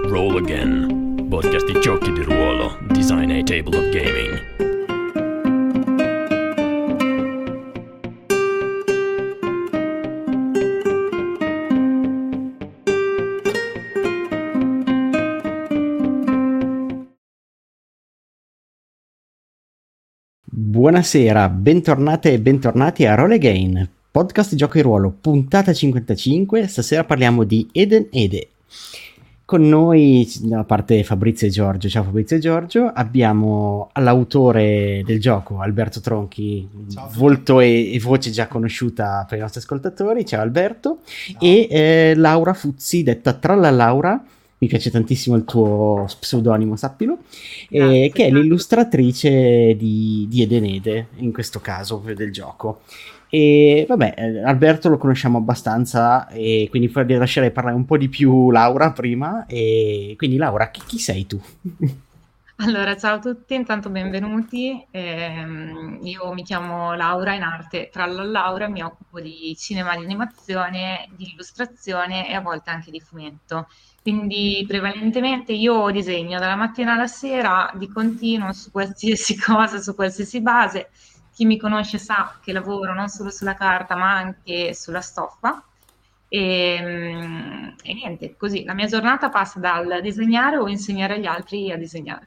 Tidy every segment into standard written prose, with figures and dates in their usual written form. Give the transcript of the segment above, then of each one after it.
Roll Again, podcast di giochi di ruolo, design e tabletop gaming. Buonasera, bentornate e bentornati a Roll Again, podcast di giochi di ruolo, puntata 55. Stasera parliamo di Eden Ede. Con noi, a parte Fabrizio e Giorgio, ciao Fabrizio e Giorgio, abbiamo l'autore del gioco, Alberto Tronchi, volto e voce già conosciuta per i nostri ascoltatori. Ciao Alberto. Ciao. E Laura Fuzzi, detta Tralla Laura, mi piace tantissimo il tuo pseudonimo, sappilo, che è l'illustratrice di Eden Ede, in questo caso del gioco. E vabbè, Alberto lo conosciamo abbastanza, e quindi lascerei parlare un po' di più Laura prima. E quindi Laura, chi sei tu? Allora, ciao a tutti, intanto benvenuti. Io mi chiamo Laura, in arte Tralla Laura, mi occupo di cinema, di animazione, di illustrazione e a volte anche di fumetto. Quindi prevalentemente io disegno dalla mattina alla sera di continuo su qualsiasi cosa, su qualsiasi base. Chi mi conosce sa che lavoro non solo sulla carta ma anche sulla stoffa. E niente, così la mia giornata passa dal disegnare o insegnare agli altri a disegnare.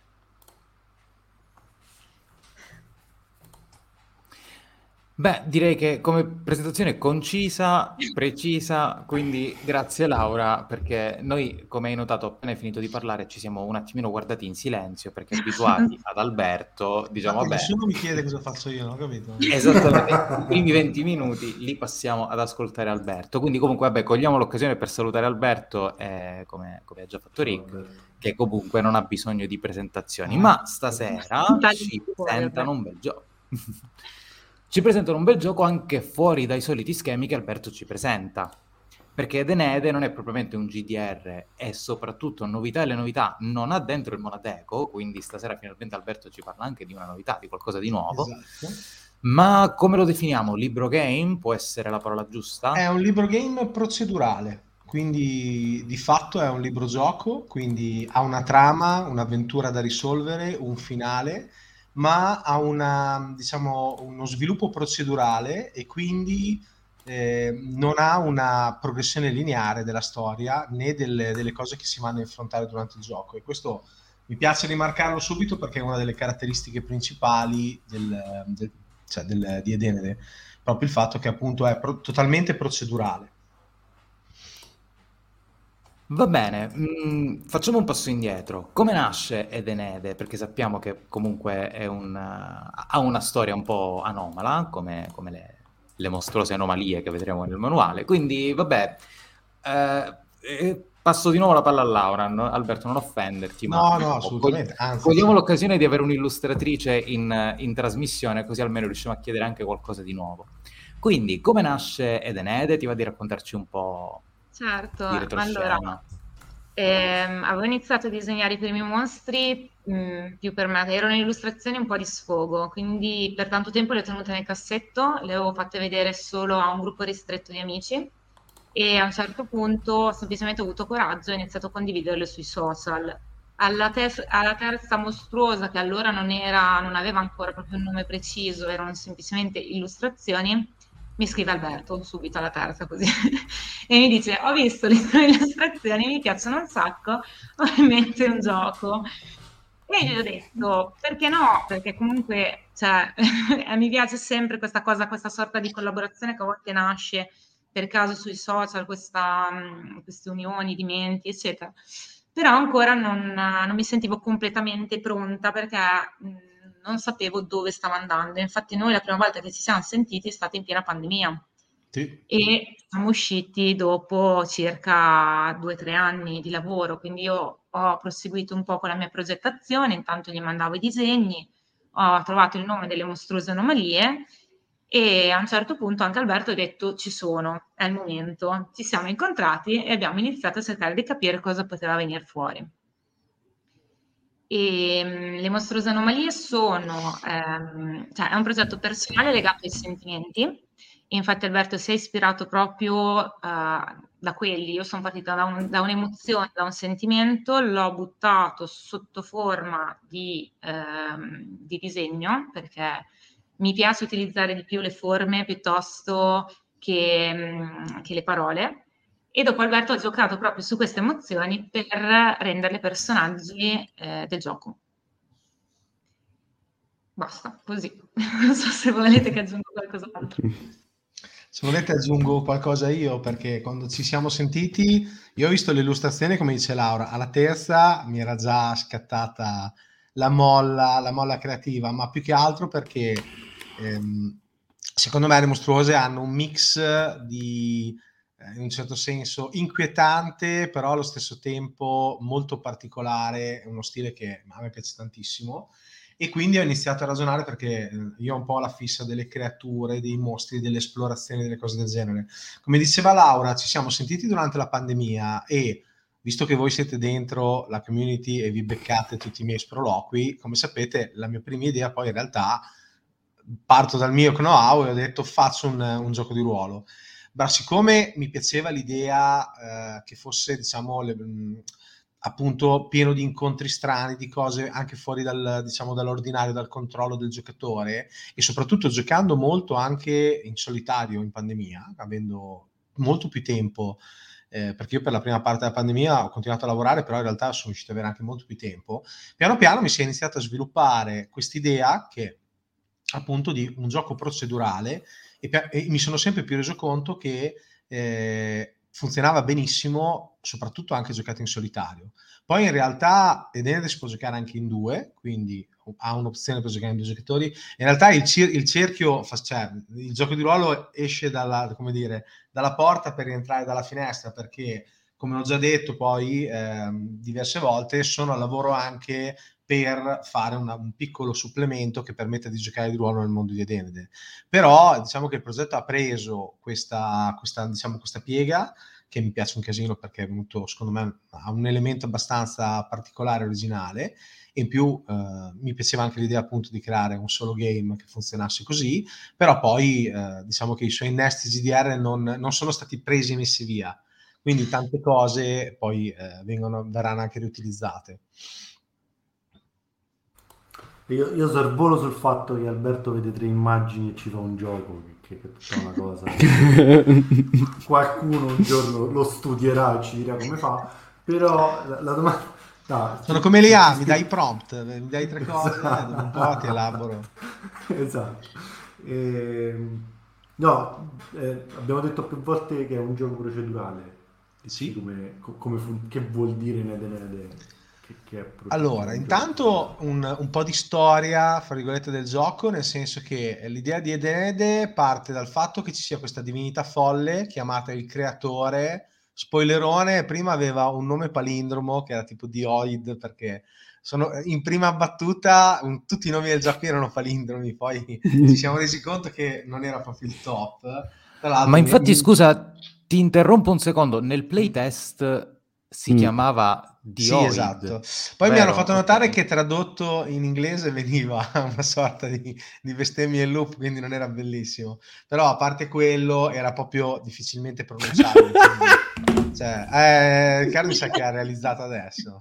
Beh, direi che come presentazione concisa, precisa, quindi grazie Laura, perché noi, come hai notato, appena hai finito di parlare ci siamo un attimino guardati in silenzio, perché abituati ad Alberto, diciamo, vabbè... Nessuno mi chiede cosa faccio io, no? Capito? Esattamente, i primi 20 minuti li passiamo ad ascoltare Alberto, quindi comunque, vabbè, cogliamo l'occasione per salutare Alberto, come ha già fatto Rick, che comunque non ha bisogno di presentazioni, ma stasera ci presentano un bel gioco. Ci presentano un bel gioco anche fuori dai soliti schemi che Alberto ci presenta, perché Eden Ede non è propriamente un GDR, e soprattutto novità, e le novità non ha dentro il monateco, quindi stasera finalmente Alberto ci parla anche di una novità, di qualcosa di nuovo. Esatto. Ma come lo definiamo? Libro game? Può essere la parola giusta? È un libro game procedurale, quindi di fatto è un libro gioco, quindi ha una trama, un'avventura da risolvere, un finale, ma ha uno sviluppo procedurale e quindi non ha una progressione lineare della storia né delle cose che si vanno a affrontare durante il gioco, e questo mi piace rimarcarlo subito perché è una delle caratteristiche principali di Eden Ede, proprio il fatto che appunto è totalmente procedurale. Va bene, facciamo un passo indietro. Come nasce Eden Ede? Perché sappiamo che comunque ha una storia un po' anomala, come le mostruose anomalie che vedremo nel manuale. Quindi, vabbè, passo di nuovo la palla a Laura. No? Alberto, non offenderti, ma no, assolutamente. Anzi, cogliamo l'occasione di avere un'illustratrice in trasmissione, così almeno riusciamo a chiedere anche qualcosa di nuovo. Quindi, come nasce Eden Ede? Ti va di raccontarci un po'? Certo, Di retroscena. allora avevo iniziato a disegnare i primi mostri più per me, erano illustrazioni un po' di sfogo, quindi per tanto tempo le ho tenute nel cassetto, le avevo fatte vedere solo a un gruppo ristretto di amici e a un certo punto semplicemente ho avuto coraggio e ho iniziato a condividerle sui social. Alla terza mostruosa, che allora non aveva ancora proprio un nome preciso, erano semplicemente illustrazioni, mi scrive Alberto subito alla terza così e mi dice: ho visto le tue illustrazioni, mi piacciono un sacco, vuoi mettere un gioco? E gli ho detto perché no, perché comunque cioè, mi piace sempre questa cosa, questa sorta di collaborazione che a volte nasce per caso sui social, queste unioni di menti eccetera, però ancora non mi sentivo completamente pronta perché non sapevo dove stava andando. Infatti noi la prima volta che ci siamo sentiti è stata in piena pandemia. Sì. E siamo usciti dopo circa 2 o 3 anni di lavoro, quindi io ho proseguito un po' con la mia progettazione, intanto gli mandavo i disegni, ho trovato il nome delle mostruose anomalie e a un certo punto anche Alberto ha detto ci sono, è il momento. Ci siamo incontrati e abbiamo iniziato a cercare di capire cosa poteva venire fuori. Le mostruose anomalie sono, cioè è un progetto personale legato ai sentimenti Infatti Alberto si è ispirato proprio da quelli. Io sono partita da un'emozione, da un sentimento, l'ho buttato sotto forma di disegno, perché mi piace utilizzare di più le forme piuttosto che le parole. E dopo Alberto ha giocato proprio su queste emozioni per renderle personaggi del gioco. Basta, così. Non so se volete che aggiunga qualcos'altro. Se volete aggiungo qualcosa io, perché quando ci siamo sentiti, io ho visto le illustrazioni, come dice Laura, alla terza mi era già scattata la molla creativa, ma più che altro perché secondo me le mostruose hanno un mix di, in un certo senso, inquietante, però allo stesso tempo molto particolare, uno stile che a me piace tantissimo. E quindi ho iniziato a ragionare, perché io ho un po' la fissa delle creature, dei mostri, delle esplorazioni, delle cose del genere. Come diceva Laura, ci siamo sentiti durante la pandemia e visto che voi siete dentro la community e vi beccate tutti i miei sproloqui, come sapete la mia prima idea poi in realtà parto dal mio know-how e ho detto faccio un gioco di ruolo. Ma siccome mi piaceva l'idea che fosse, diciamo, appunto pieno di incontri strani, di cose anche fuori dall'ordinario, dal controllo del giocatore, e soprattutto giocando molto anche in solitario in pandemia, avendo molto più tempo, perché io per la prima parte della pandemia ho continuato a lavorare, però in realtà sono riuscito ad avere anche molto più tempo. Piano piano mi si è iniziata a sviluppare quest'idea che appunto di un gioco procedurale e mi sono sempre più reso conto che funzionava benissimo, soprattutto anche giocato in solitario. Poi in realtà Edenede si può giocare anche in due, quindi ha un'opzione per giocare in due giocatori. In realtà il cerchio, cioè il gioco di ruolo esce dalla porta per rientrare dalla finestra, perché come ho già detto poi diverse volte, sono a lavoro anche per fare un piccolo supplemento che permetta di giocare di ruolo nel mondo di Edenede. Però diciamo che il progetto ha preso questa piega, che mi piace un casino perché è venuto, secondo me, ha un elemento abbastanza particolare e originale, e in più mi piaceva anche l'idea appunto di creare un solo game che funzionasse così, però poi diciamo che i suoi innesti GDR non sono stati presi e messi via, quindi tante cose poi verranno anche riutilizzate. Io sorvolo sul fatto che Alberto vede 3 immagini e ci fa un gioco, che è tutta una cosa. Qualcuno un giorno lo studierà e ci dirà come fa, però la domanda... No, sono come le A, mi dai i prompt, mi dai 3 cose, dopo un po' ti elaboro. Esatto. No, abbiamo detto più volte che è un gioco procedurale. Sì. Che vuol dire in Edenede? Allora, intanto un po' di storia, fra virgolette, del gioco, nel senso che l'idea di Edenede parte dal fatto che ci sia questa divinità folle chiamata il creatore. Spoilerone, prima aveva un nome palindromo che era tipo Dioid, perché in prima battuta tutti i nomi del gioco erano palindromi, poi ci siamo resi conto che non era proprio il top. Ma infatti, scusa, ti interrompo un secondo, nel playtest si chiamava Dioid. Sì, esatto. Poi mi hanno fatto notare che tradotto in inglese veniva una sorta di bestemmia in loop, quindi non era bellissimo. Però a parte quello era proprio difficilmente pronunciabile. Riccardo mi sa che ha realizzato adesso.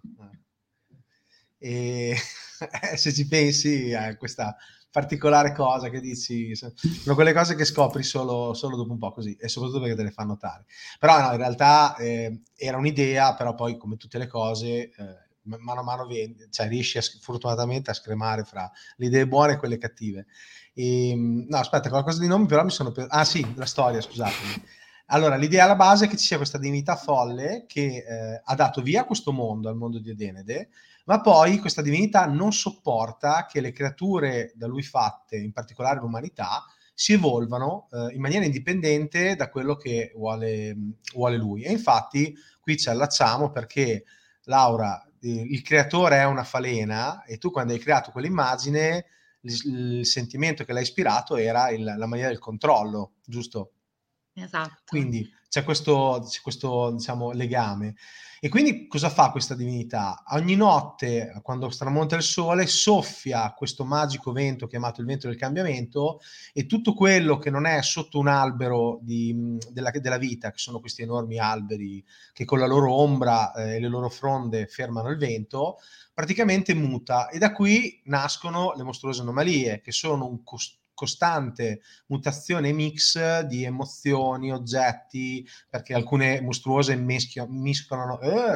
E se ci pensi a questa particolare cosa che dici, sono quelle cose che scopri solo dopo un po' così, e soprattutto perché te le fa notare. Però no, in realtà era un'idea, però poi come tutte le cose mano a mano riesci fortunatamente a scremare fra le idee buone e quelle cattive. No, aspetta, qualcosa di nome però mi sono... sì, la storia, scusatemi. Allora, l'idea alla base è che ci sia questa divinità folle che ha dato via questo mondo, al mondo di Edenede, ma poi questa divinità non sopporta che le creature da lui fatte, in particolare l'umanità, si evolvano in maniera indipendente da quello che vuole lui. E infatti qui ci allacciamo perché, Laura, il creatore è una falena e tu quando hai creato quell'immagine il sentimento che l'ha ispirato era la maniera del controllo, giusto? Esatto. Quindi c'è questo diciamo, legame. E quindi cosa fa questa divinità? Ogni notte, quando tramonta il sole, soffia questo magico vento chiamato il vento del cambiamento, e tutto quello che non è sotto un albero della vita, che sono questi enormi alberi che con la loro ombra e le loro fronde fermano il vento, praticamente muta, e da qui nascono le mostruose anomalie, che sono un costante mutazione e mix di emozioni, oggetti, perché alcune mostruose mescolano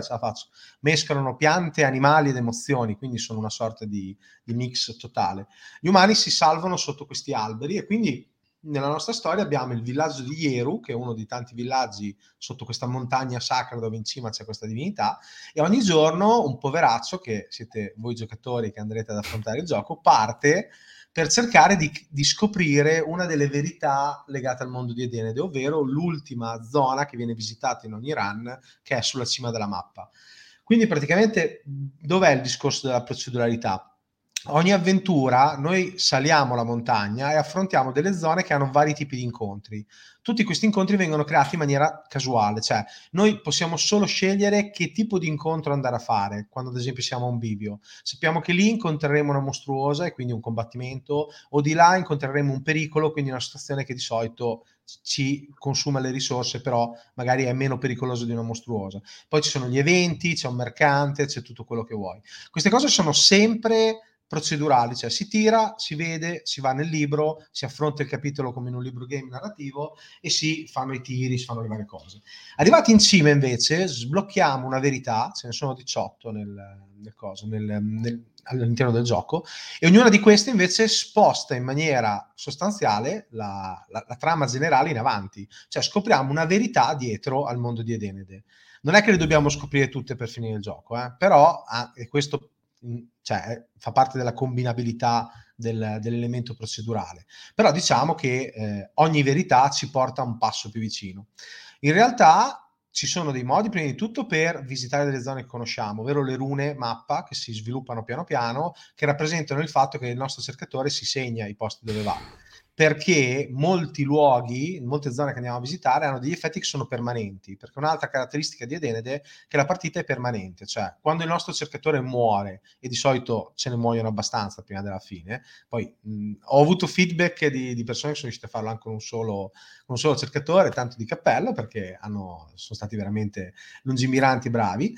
piante, animali ed emozioni, quindi sono una sorta di mix totale. Gli umani si salvano sotto questi alberi, e quindi nella nostra storia abbiamo il villaggio di Yeru, che è uno di tanti villaggi sotto questa montagna sacra dove in cima c'è questa divinità, e ogni giorno un poveraccio, che siete voi giocatori che andrete ad affrontare il gioco, parte per cercare di scoprire una delle verità legate al mondo di Edenede, ovvero l'ultima zona che viene visitata in ogni run, che è sulla cima della mappa. Quindi praticamente dov'è il discorso della proceduralità? Ogni avventura noi saliamo la montagna e affrontiamo delle zone che hanno vari tipi di incontri. Tutti questi incontri vengono creati in maniera casuale, cioè noi possiamo solo scegliere che tipo di incontro andare a fare quando ad esempio siamo a un bivio. Sappiamo che lì incontreremo una mostruosa e quindi un combattimento, o di là incontreremo un pericolo, quindi una situazione che di solito ci consuma le risorse, però magari è meno pericoloso di una mostruosa. Poi ci sono gli eventi, c'è un mercante, c'è tutto quello che vuoi. Queste cose sono sempre procedurali, cioè si tira, si vede, si va nel libro, si affronta il capitolo come in un libro game narrativo e si fanno i tiri, si fanno le varie cose. Arrivati in cima invece sblocchiamo una verità, ce ne sono 18 all'interno del gioco, e ognuna di queste invece sposta in maniera sostanziale la trama generale in avanti, cioè scopriamo una verità dietro al mondo di Edenede. Non è che le dobbiamo scoprire tutte per finire il gioco, però e questo fa parte della combinabilità dell'elemento procedurale, però diciamo che ogni verità ci porta un passo più vicino. In realtà ci sono dei modi, prima di tutto, per visitare delle zone che conosciamo, ovvero le rune mappa che si sviluppano piano piano, che rappresentano il fatto che il nostro cercatore si segna i posti dove va, perché molti luoghi, molte zone che andiamo a visitare hanno degli effetti che sono permanenti, perché un'altra caratteristica di Edenede è che la partita è permanente, cioè quando il nostro cercatore muore, e di solito ce ne muoiono abbastanza prima della fine, poi ho avuto feedback di persone che sono riuscite a farlo anche con un solo cercatore, tanto di cappello, perché sono stati veramente lungimiranti e bravi.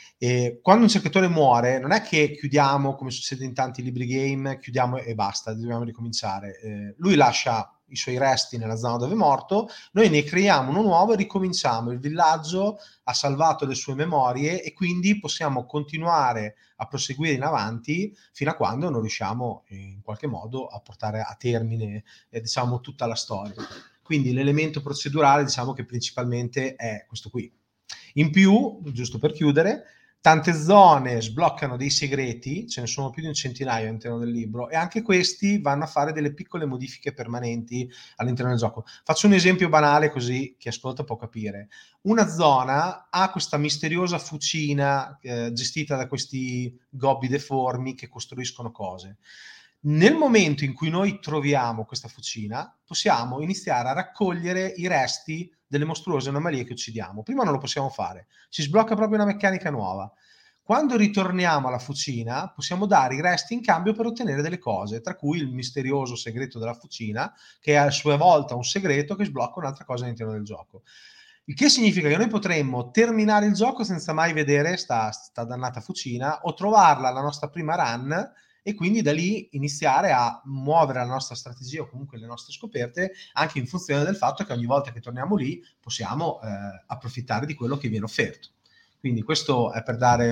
E quando un cercatore muore non è che chiudiamo, come succede in tanti libri game, chiudiamo e basta, dobbiamo ricominciare. Lui lascia i suoi resti nella zona dove è morto, noi ne creiamo uno nuovo e ricominciamo. Il villaggio ha salvato le sue memorie e quindi possiamo continuare a proseguire in avanti fino a quando non riusciamo in qualche modo a portare a termine diciamo tutta la storia. Quindi l'elemento procedurale diciamo che principalmente è questo qui. In più, giusto per chiudere, tante zone sbloccano dei segreti, ce ne sono più di un centinaio all'interno del libro, e anche questi vanno a fare delle piccole modifiche permanenti all'interno del gioco. Faccio un esempio banale così chi ascolta può capire. Una zona ha questa misteriosa fucina gestita da questi gobbi deformi che costruiscono cose. Nel momento in cui noi troviamo questa fucina, possiamo iniziare a raccogliere i resti delle mostruose anomalie che uccidiamo. Prima non lo possiamo fare, si sblocca proprio una meccanica nuova. Quando ritorniamo alla fucina, possiamo dare i resti in cambio per ottenere delle cose, tra cui il misterioso segreto della fucina, che è a sua volta un segreto che sblocca un'altra cosa all'interno del gioco. Il che significa che noi potremmo terminare il gioco senza mai vedere sta dannata fucina, o trovarla alla nostra prima run, e quindi da lì iniziare a muovere la nostra strategia o comunque le nostre scoperte, anche in funzione del fatto che ogni volta che torniamo lì possiamo approfittare di quello che viene offerto. Quindi questo è per dare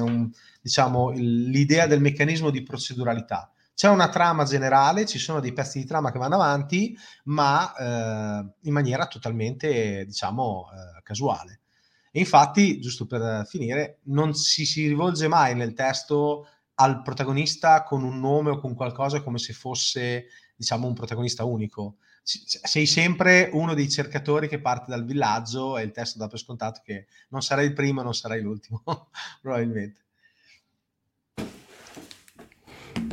l'idea del meccanismo di proceduralità. C'è una trama generale, ci sono dei pezzi di trama che vanno avanti, ma in maniera totalmente casuale. E infatti, giusto per finire, non si rivolge mai nel testo al protagonista con un nome o con qualcosa come se fosse un protagonista unico. Sei sempre uno dei cercatori che parte dal villaggio, e il testo dà per scontato che non sarai il primo e non sarai l'ultimo probabilmente.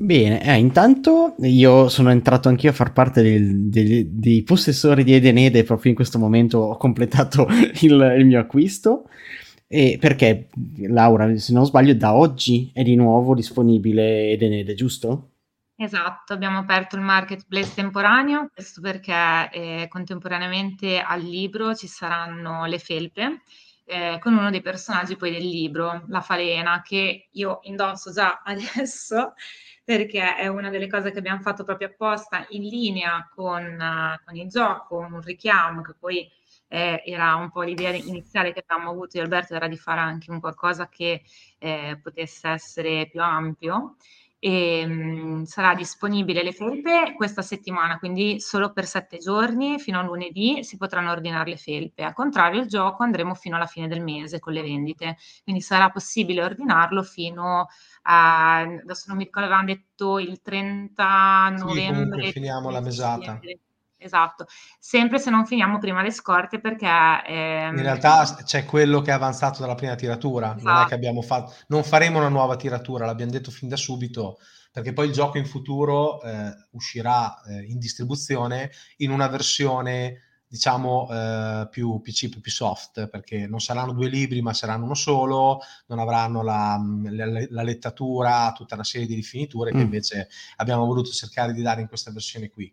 Bene, intanto io sono entrato anch'io a far parte dei possessori di Eden Ede, proprio in questo momento ho completato il mio acquisto, e perché, Laura, se non sbaglio, da oggi è di nuovo disponibile Eden Ede, giusto? Esatto, abbiamo aperto il marketplace temporaneo, questo perché contemporaneamente al libro ci saranno le felpe con uno dei personaggi poi del libro, la falena, che io indosso già adesso perché è una delle cose che abbiamo fatto proprio apposta in linea con il gioco, un richiamo che poi era un po' l'idea iniziale che avevamo avuto io e Alberto, era di fare anche un qualcosa che potesse essere più ampio. E sarà disponibile le felpe questa settimana, quindi solo per 7 giorni, fino a lunedì si potranno ordinare le felpe. Al contrario, il gioco andremo fino alla fine del mese con le vendite, quindi sarà possibile ordinarlo fino a, adesso non mi ricordo, avevamo detto il 30 Sì, comunque novembre, finiamo la mesata. dicembre. Esatto, sempre se non finiamo prima le scorte perché In realtà c'è quello che è avanzato dalla prima tiratura, non è che esatto. non faremo una nuova tiratura, l'abbiamo detto fin da subito, perché poi il gioco in futuro uscirà in distribuzione in una versione, diciamo, più cheap, più soft, perché non saranno 2 libri, ma saranno uno solo, non avranno la lettatura, tutta una serie di rifiniture che invece abbiamo voluto cercare di dare in questa versione qui.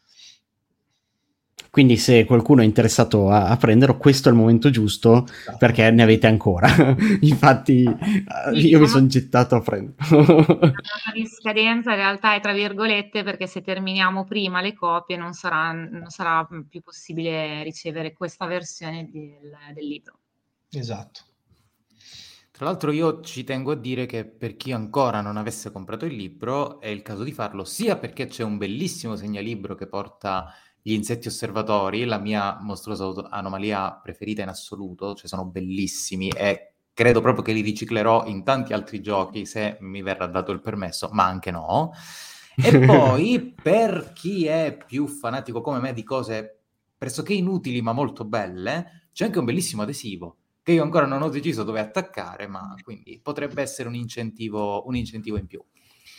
Quindi se qualcuno è interessato a prenderlo, questo è il momento giusto, perché ne avete ancora. Infatti io mi sono gettato a prenderlo. La data di scadenza in realtà è tra virgolette, perché se terminiamo prima le copie non sarà più possibile ricevere questa versione del libro. Esatto. Tra l'altro io ci tengo a dire che per chi ancora non avesse comprato il libro è il caso di farlo, sia perché c'è un bellissimo segnalibro che porta gli insetti osservatori, la mia mostruosa anomalia preferita in assoluto, cioè sono bellissimi e credo proprio che li riciclerò in tanti altri giochi se mi verrà dato il permesso, ma anche no. E poi per chi è più fanatico come me di cose pressoché inutili ma molto belle, c'è anche un bellissimo adesivo che io ancora non ho deciso dove attaccare, ma quindi potrebbe essere un incentivo in più.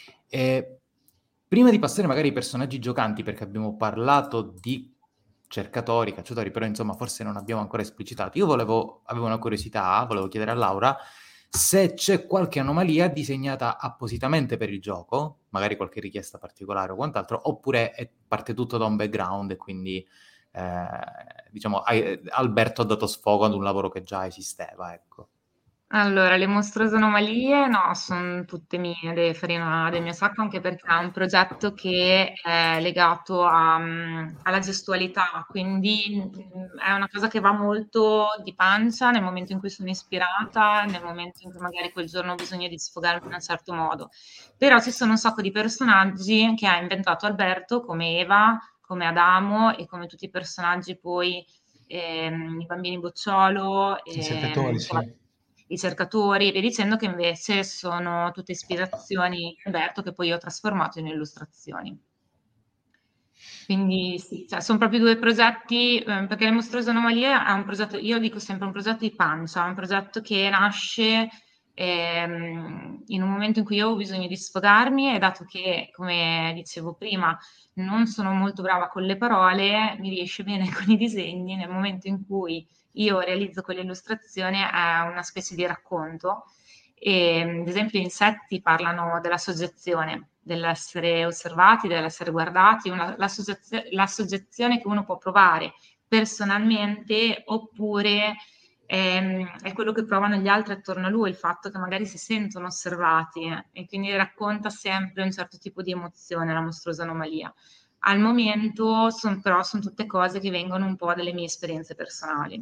Prima di passare magari ai personaggi giocanti, perché abbiamo parlato di cercatori, cacciatori, però insomma forse non abbiamo ancora esplicitato, avevo una curiosità, volevo chiedere a Laura se c'è qualche anomalia disegnata appositamente per il gioco, magari qualche richiesta particolare o quant'altro, oppure parte tutto da un background e quindi diciamo Alberto ha dato sfogo ad un lavoro che già esisteva, ecco. Allora, le mostruose anomalie, no, sono tutte mie, deve farina del mio sacco, anche perché è un progetto che è legato alla gestualità, quindi è una cosa che va molto di pancia nel momento in cui sono ispirata, nel momento in cui magari quel giorno ho bisogno di sfogarmi in un certo modo. Però ci sono un sacco di personaggi che ha inventato Alberto, come Eva, come Adamo e come tutti i personaggi poi, i bambini bocciolo, I cercatori, sì. i cercatori e via dicendo, che invece sono tutte ispirazioni di Alberto che poi ho trasformato in illustrazioni. Quindi sì, cioè, sono proprio 2 progetti, perché le mostruose anomalie è un progetto, io dico sempre un progetto di pancia, un progetto che nasce in un momento in cui io avevo bisogno di sfogarmi, e dato che, come dicevo prima, non sono molto brava con le parole, mi riesce bene con i disegni. Nel momento in cui io realizzo quell'illustrazione è una specie di racconto, e ad esempio gli insetti parlano della soggezione, dell'essere osservati, dell'essere guardati, la soggezione che uno può provare personalmente, oppure è quello che provano gli altri attorno a lui, il fatto che magari si sentono osservati, e quindi racconta sempre un certo tipo di emozione, la mostruosa anomalia. Al momento però sono tutte cose che vengono un po' dalle mie esperienze personali.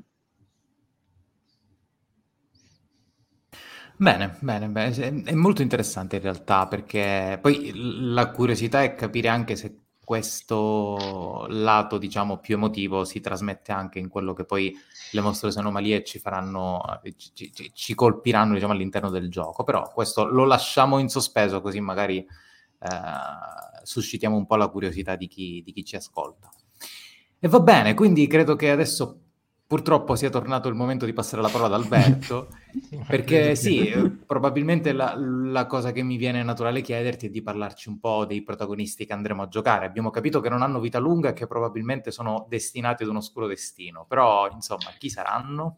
Bene, è molto interessante in realtà, perché poi la curiosità è capire anche se questo lato, diciamo, più emotivo si trasmette anche in quello che poi le mostruose anomalie ci colpiranno, diciamo, all'interno del gioco. Però questo lo lasciamo in sospeso, così magari suscitiamo un po' la curiosità di chi ci ascolta. E va bene, quindi credo che adesso purtroppo sia tornato il momento di passare la parola ad Alberto, perché sì, probabilmente la cosa che mi viene naturale chiederti è di parlarci un po' dei protagonisti che andremo a giocare. Abbiamo capito che non hanno vita lunga e che probabilmente sono destinati ad un oscuro destino, però insomma, chi saranno?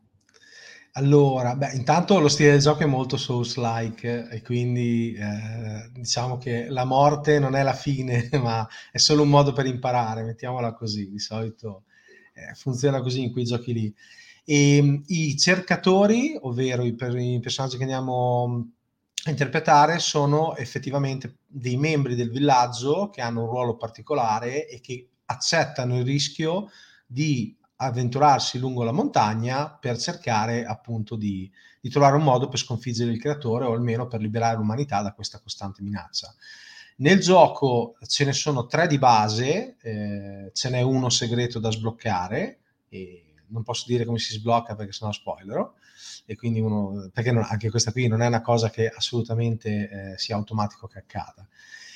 Allora, intanto lo stile del gioco è molto Souls-like e quindi diciamo che la morte non è la fine, ma è solo un modo per imparare, mettiamola così. Di solito funziona così in quei giochi lì. E i cercatori, ovvero i personaggi che andiamo a interpretare, sono effettivamente dei membri del villaggio che hanno un ruolo particolare e che accettano il rischio di avventurarsi lungo la montagna per cercare appunto di trovare un modo per sconfiggere il creatore o almeno per liberare l'umanità da questa costante minaccia. Nel gioco ce ne sono 3 di base, ce n'è uno segreto da sbloccare e non posso dire come si sblocca perché sennò spoilerò, e quindi perché anche questa qui non è una cosa che assolutamente sia automatico che accada.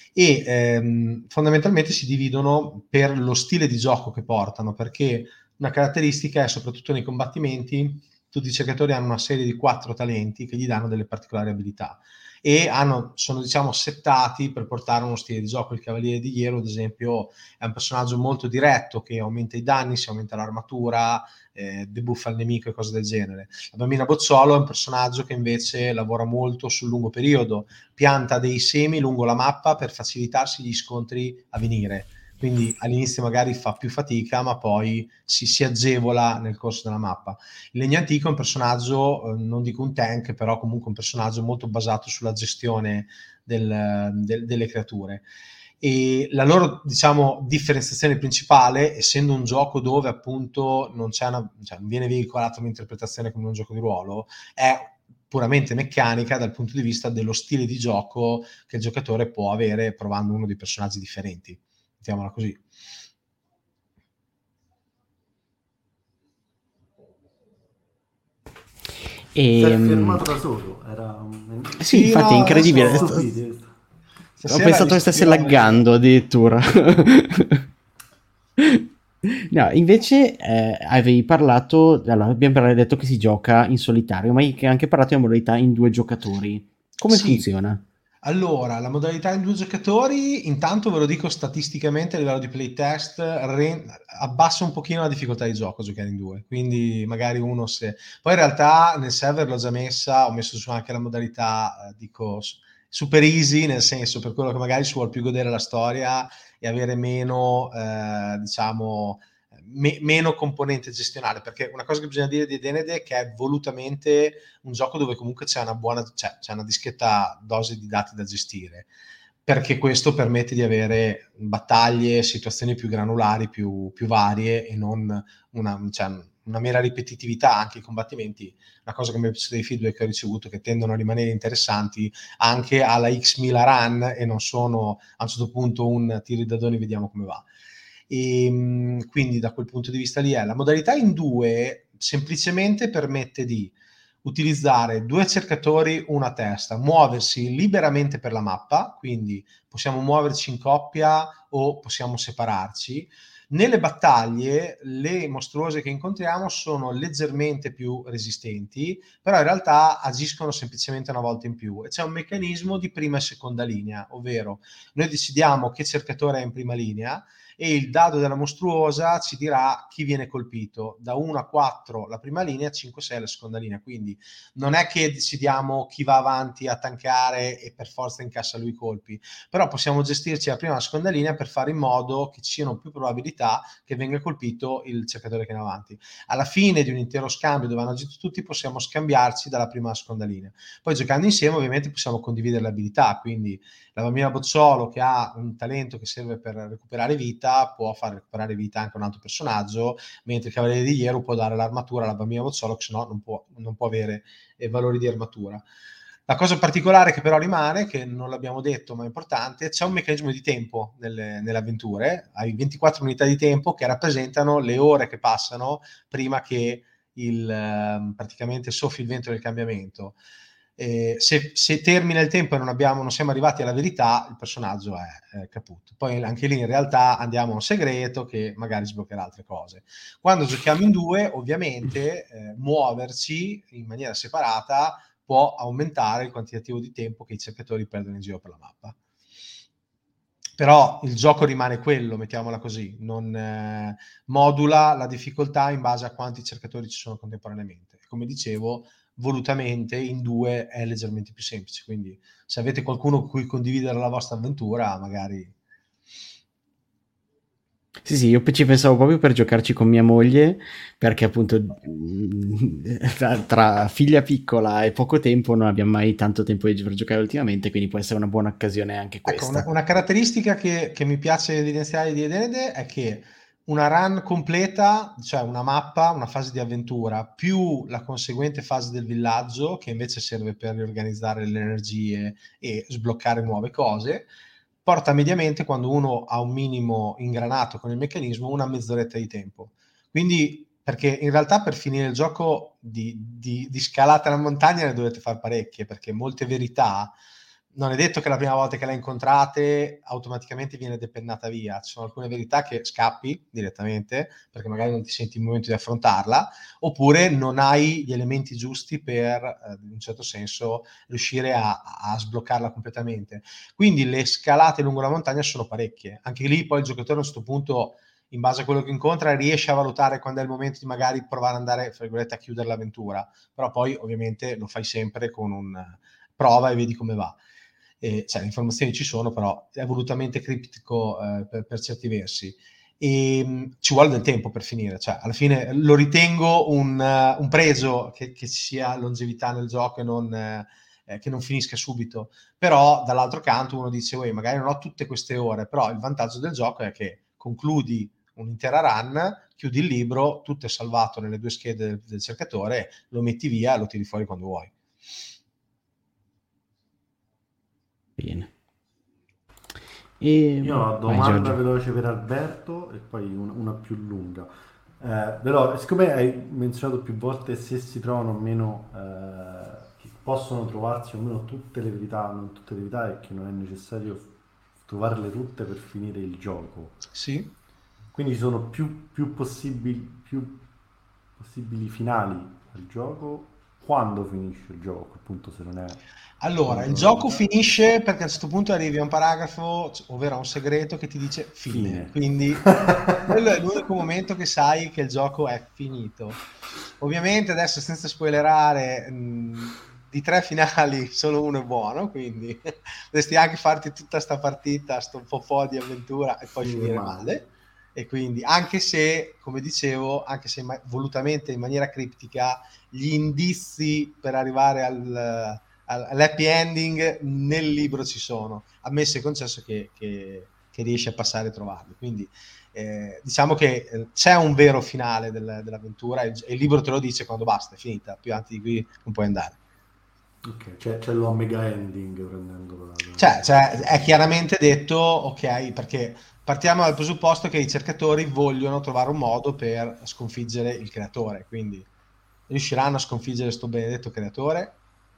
E fondamentalmente si dividono per lo stile di gioco che portano, perché una caratteristica è, soprattutto nei combattimenti, tutti i cercatori hanno una serie di 4 talenti che gli danno delle particolari abilità e sono diciamo settati per portare uno stile di gioco. Il Cavaliere di Hierro, ad esempio, è un personaggio molto diretto che aumenta i danni, si aumenta l'armatura, debuffa il nemico e cose del genere. La Bambina Bozzolo è un personaggio che invece lavora molto sul lungo periodo, pianta dei semi lungo la mappa per facilitarsi gli scontri a venire. Quindi all'inizio magari fa più fatica, ma poi si agevola nel corso della mappa. Il Legno Antico è un personaggio, non dico un tank, però comunque un personaggio molto basato sulla gestione delle creature. E la loro, diciamo, differenziazione principale, essendo un gioco dove appunto non viene veicolata un'interpretazione come un gioco di ruolo, è puramente meccanica dal punto di vista dello stile di gioco che il giocatore può avere provando uno dei personaggi differenti. Mettiamola così. Si è fermato da solo. Sì, infatti è incredibile. Ho pensato che stesse laggando addirittura. No, invece avevi parlato, allora, abbiamo detto che si gioca in solitario, ma hai anche parlato di modalità in 2 giocatori. Come funziona? Allora, la modalità in 2 giocatori, intanto ve lo dico statisticamente a livello di playtest, abbassa un pochino la difficoltà di gioco giocare in 2, quindi magari uno Poi in realtà nel server l'ho già messa, ho messo su anche la modalità, dico, super easy, nel senso per quello che magari si vuole più godere la storia e avere meno, diciamo... meno componente gestionale, perché una cosa che bisogna dire di Edenede è che è volutamente un gioco dove comunque c'è una discreta dose di dati da gestire, perché questo permette di avere battaglie, situazioni più granulari, più varie e non una mera ripetitività. Anche i combattimenti, una cosa che mi è piaciuta dei feedback che ho ricevuto, che tendono a rimanere interessanti anche alla X1000 run e non sono a un certo punto un tiro di dadoni, vediamo come va. E quindi da quel punto di vista lì la modalità in 2 semplicemente permette di utilizzare 2 cercatori, una testa, muoversi liberamente per la mappa, quindi possiamo muoverci in coppia o possiamo separarci. Nelle battaglie le mostruose che incontriamo sono leggermente più resistenti, però in realtà agiscono semplicemente una volta in più e c'è un meccanismo di prima e seconda linea, ovvero noi decidiamo che cercatore è in prima linea e il dado della mostruosa ci dirà chi viene colpito, da 1 a 4 la prima linea, 5-6 la seconda linea. Quindi non è che decidiamo chi va avanti a tankare e per forza incassa lui i colpi, però possiamo gestirci la prima e la seconda linea per fare in modo che ci siano più probabilità che venga colpito il cercatore che è in avanti. Alla fine di un intero scambio dove hanno agito tutti, possiamo scambiarci dalla prima alla seconda linea. Poi giocando insieme ovviamente possiamo condividere le abilità, quindi la Bambina Bozzolo, che ha un talento che serve per recuperare vita, può far recuperare vita anche a un altro personaggio, mentre il Cavaliere di Hierro può dare l'armatura alla Bambina Bozzolo, che sennò non può avere valori di armatura. La cosa particolare che però rimane, che non l'abbiamo detto ma è importante, c'è un meccanismo di tempo nelle avventure. Hai 24 unità di tempo che rappresentano le ore che passano prima che praticamente soffi il vento del cambiamento. Se termina il tempo e non siamo arrivati alla verità, il personaggio è caput. Poi anche lì in realtà andiamo a un segreto che magari sbloccherà altre cose. Quando giochiamo in due, ovviamente muoverci in maniera separata può aumentare il quantitativo di tempo che i cercatori perdono in giro per la mappa. Però il gioco rimane quello, mettiamola così, non modula la difficoltà in base a quanti cercatori ci sono contemporaneamente. Come dicevo, volutamente in due è leggermente più semplice, quindi se avete qualcuno con cui condividere la vostra avventura, magari... Sì, io ci pensavo proprio per giocarci con mia moglie, perché appunto tra figlia piccola e poco tempo non abbiamo mai tanto tempo per giocare ultimamente, quindi può essere una buona occasione anche questa. Ecco, una caratteristica che mi piace evidenziare di Edenede è che una run completa, cioè una mappa, una fase di avventura, più la conseguente fase del villaggio, che invece serve per riorganizzare le energie e sbloccare nuove cose, porta mediamente, quando uno ha un minimo ingranato con il meccanismo, una mezz'oretta di tempo. Quindi, perché in realtà per finire il gioco di scalata alla montagna ne dovete fare parecchie, perché molte verità non è detto che la prima volta che la incontrate automaticamente viene depennata via. Ci sono alcune verità che scappi direttamente perché magari non ti senti il momento di affrontarla, oppure non hai gli elementi giusti per, in un certo senso, riuscire a sbloccarla completamente. Quindi le scalate lungo la montagna sono parecchie. Anche lì poi il giocatore a questo punto, in base a quello che incontra, riesce a valutare quando è il momento di magari provare ad andare, fra virgolette, a chiudere l'avventura. Però poi ovviamente lo fai sempre con un prova e vedi come va. Cioè, le informazioni ci sono, però è volutamente criptico per certi versi. E ci vuole del tempo per finire, cioè alla fine lo ritengo un pregio che ci sia longevità nel gioco e che non finisca subito. Però dall'altro canto uno dice, magari non ho tutte queste ore, però il vantaggio del gioco è che concludi un'intera run, chiudi il libro, tutto è salvato nelle due schede del cercatore, lo metti via e lo tiri fuori quando vuoi. Bene. Io ho una domanda Giorgio. veloce per Alberto e poi una più lunga. Però, siccome hai menzionato più volte se si trovano o meno, che possono trovarsi o meno tutte le verità, non tutte le verità, e che non è necessario trovarle tutte per finire il gioco. Sì. Quindi ci sono più possibili finali al gioco. Quando finisce il gioco, appunto, se non è... Allora, il gioco finisce perché a un certo punto arrivi a un paragrafo, ovvero a un segreto che ti dice fine. Quindi quello è l'unico momento che sai che il gioco è finito. Ovviamente adesso, senza spoilerare, di 3 finali solo uno è buono, quindi dovresti anche farti tutta sta partita, sto po' di avventura e poi finire male. E quindi, anche se, come dicevo, anche se volutamente in maniera criptica, gli indizi per arrivare all'happy ending nel libro ci sono, ammesso e concesso che riesci a passare e trovarli. Quindi diciamo che c'è un vero finale dell'avventura e il libro te lo dice quando basta, è finita, più avanti di qui non puoi andare. Ok, c'è lo mega ending, prendendolo cioè è chiaramente detto, ok, perché partiamo dal presupposto che i cercatori vogliono trovare un modo per sconfiggere il creatore, quindi riusciranno a sconfiggere sto benedetto creatore.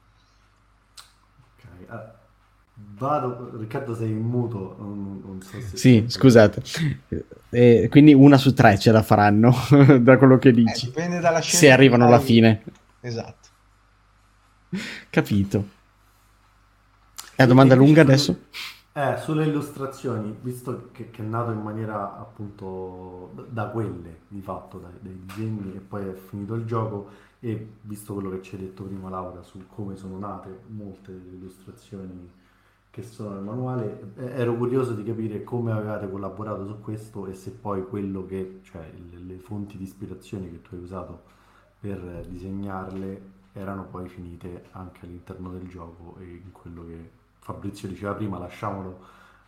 Vado, Riccardo, sei in muto, non so se... Sì, scusate. Quindi 1 su 3 ce la faranno, da quello che dici. Dipende dalla scena. Se arrivano alla fine. Esatto. Capito. La domanda lunga adesso? Sulle illustrazioni, visto che è nato in maniera appunto da quelle, di fatto, dai disegni, e poi è finito il gioco, e visto quello che ci hai detto prima, Laura, su come sono nate molte delle illustrazioni che sono nel manuale, ero curioso di capire come avevate collaborato su questo e se poi quello che, cioè le fonti di ispirazione che tu hai usato per disegnarle erano poi finite anche all'interno del gioco, e in quello che Fabrizio diceva prima, lasciamolo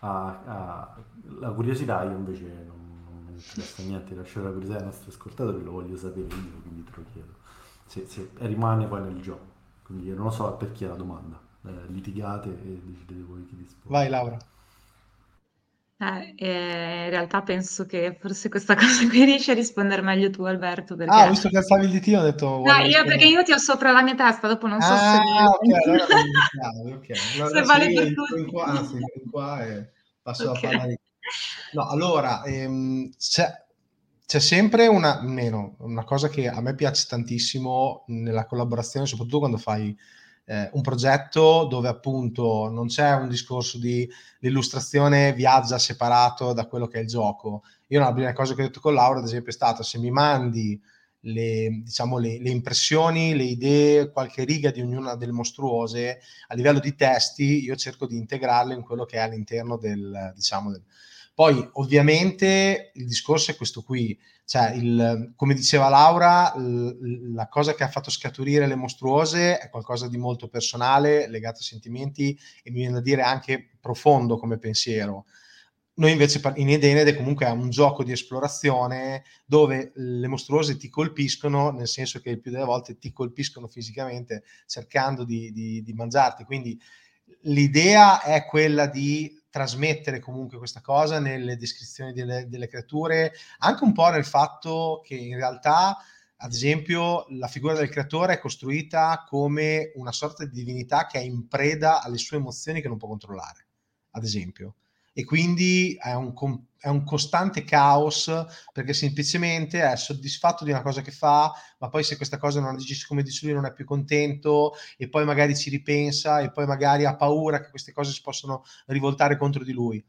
la curiosità. Io invece non mi interessa niente, lasciare la curiosità ai nostri ascoltatori, lo voglio sapere io, quindi te lo chiedo se rimane poi nel gioco. Quindi io non lo so per chi è la domanda, litigate e decidete voi chi risponde. Vai Laura. In realtà penso che forse questa cosa qui riesci a rispondere meglio tu, Alberto, Ah, ho perché... visto che alzavi il ditino, ho detto No, vuole perché rispondere. io ti ho sopra la mia testa, dopo non so se... Ah, ok, allora non mi dispiace, ok. Allora se adesso vale io per entro in qua, tutti. anzi, entro in qua e passo la Ok. palla di... No, allora, c'è sempre una cosa che a me piace tantissimo nella collaborazione, soprattutto quando fai un progetto dove appunto non c'è un discorso di l'illustrazione viaggia separato da quello che è il gioco. Io una delle prime cose che ho detto con Laura, ad esempio, è stata: se mi mandi diciamo, le impressioni, le idee, qualche riga di ognuna delle mostruose, a livello di testi, io cerco di integrarle in quello che è all'interno del. Poi, ovviamente, il discorso è questo qui, cioè, come diceva Laura, la cosa che ha fatto scaturire le mostruose è qualcosa di molto personale, legato a sentimenti e mi viene da dire anche profondo come pensiero. Noi invece in Edenede comunque è un gioco di esplorazione dove le mostruose ti colpiscono, nel senso che il più delle volte ti colpiscono fisicamente cercando di mangiarti. Quindi l'idea è quella di trasmettere comunque questa cosa nelle descrizioni delle creature, anche un po' nel fatto che in realtà, ad esempio, la figura del creatore è costruita come una sorta di divinità che è in preda alle sue emozioni che non può controllare, ad esempio. E quindi è un costante caos, perché semplicemente è soddisfatto di una cosa che fa, ma poi se questa cosa non agisce come dice lui non è più contento, e poi magari ci ripensa, e poi magari ha paura che queste cose si possano rivoltare contro di lui.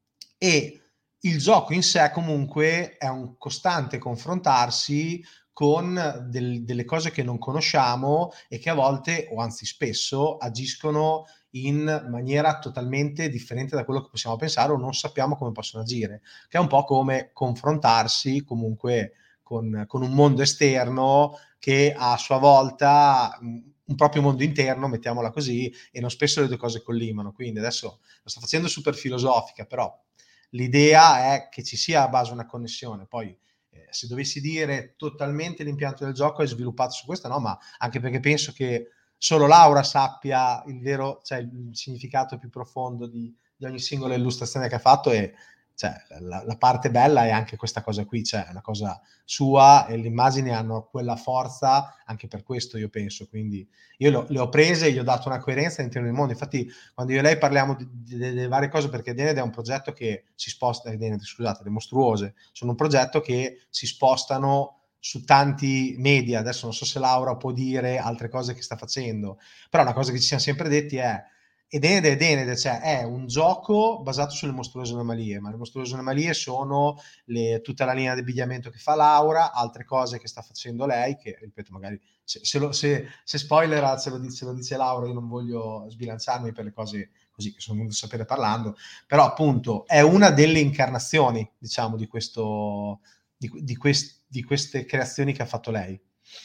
E il gioco in sé comunque è un costante confrontarsi con delle cose che non conosciamo e che a volte, o anzi spesso, agiscono in maniera totalmente differente da quello che possiamo pensare o non sappiamo come possono agire, che è un po' come confrontarsi comunque con un mondo esterno che ha a sua volta un proprio mondo interno, mettiamola così, e non spesso le due cose collimano. Quindi adesso lo sto facendo super filosofica, però l'idea è che ci sia a base una connessione. Poi se dovessi dire totalmente l'impianto del gioco è sviluppato su questo, no, ma anche perché penso che solo Laura sappia il vero, cioè il significato più profondo di ogni singola illustrazione che ha fatto, e cioè, la parte bella è anche questa cosa qui, cioè è una cosa sua e le immagini hanno quella forza anche per questo, io penso. Quindi io le ho prese e gli ho dato una coerenza all'interno del mondo. Infatti quando io e lei parliamo delle varie cose, perché Edened è un progetto che si sposta, scusate, le mostruose sono un progetto che si spostano su tanti media. Adesso non so se Laura può dire altre cose che sta facendo, però una cosa che ci siamo sempre detti è Edened, cioè è un gioco basato sulle mostruose anomalie, ma le mostruose anomalie sono tutta la linea di abbigliamento che fa Laura, altre cose che sta facendo lei, che ripeto, magari se spoiler ce lo dice Laura, io non voglio sbilanciarmi per le cose così che sono venuto a sapere parlando, però appunto è una delle incarnazioni, diciamo, di queste creazioni che ha fatto lei.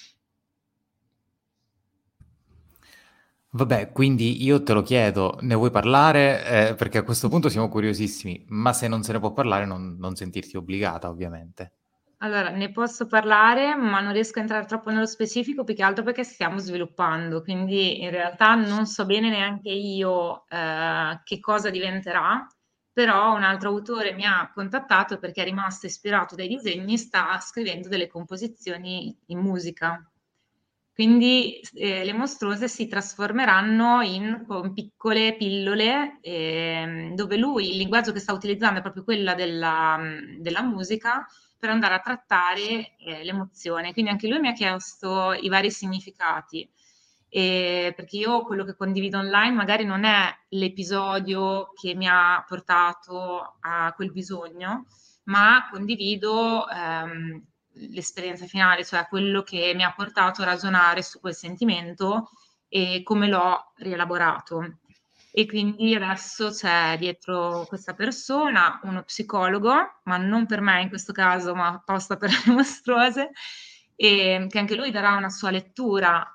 Vabbè, quindi io te lo chiedo, ne vuoi parlare? Perché a questo punto siamo curiosissimi, ma se non se ne può parlare non sentirti obbligata, ovviamente. Allora, ne posso parlare, ma non riesco a entrare troppo nello specifico, più che altro perché stiamo sviluppando, quindi in realtà non so bene neanche io che cosa diventerà, però un altro autore mi ha contattato perché è rimasto ispirato dai disegni, sta scrivendo delle composizioni in musica. Quindi le mostruose si trasformeranno con piccole pillole dove lui, il linguaggio che sta utilizzando è proprio quella della musica per andare a trattare l'emozione. Quindi anche lui mi ha chiesto i vari significati, perché io quello che condivido online magari non è l'episodio che mi ha portato a quel bisogno, ma condivido l'esperienza finale, cioè quello che mi ha portato a ragionare su quel sentimento e come l'ho rielaborato. E quindi adesso c'è dietro questa persona uno psicologo, ma non per me in questo caso, ma apposta per le mostruose, e che anche lui darà una sua lettura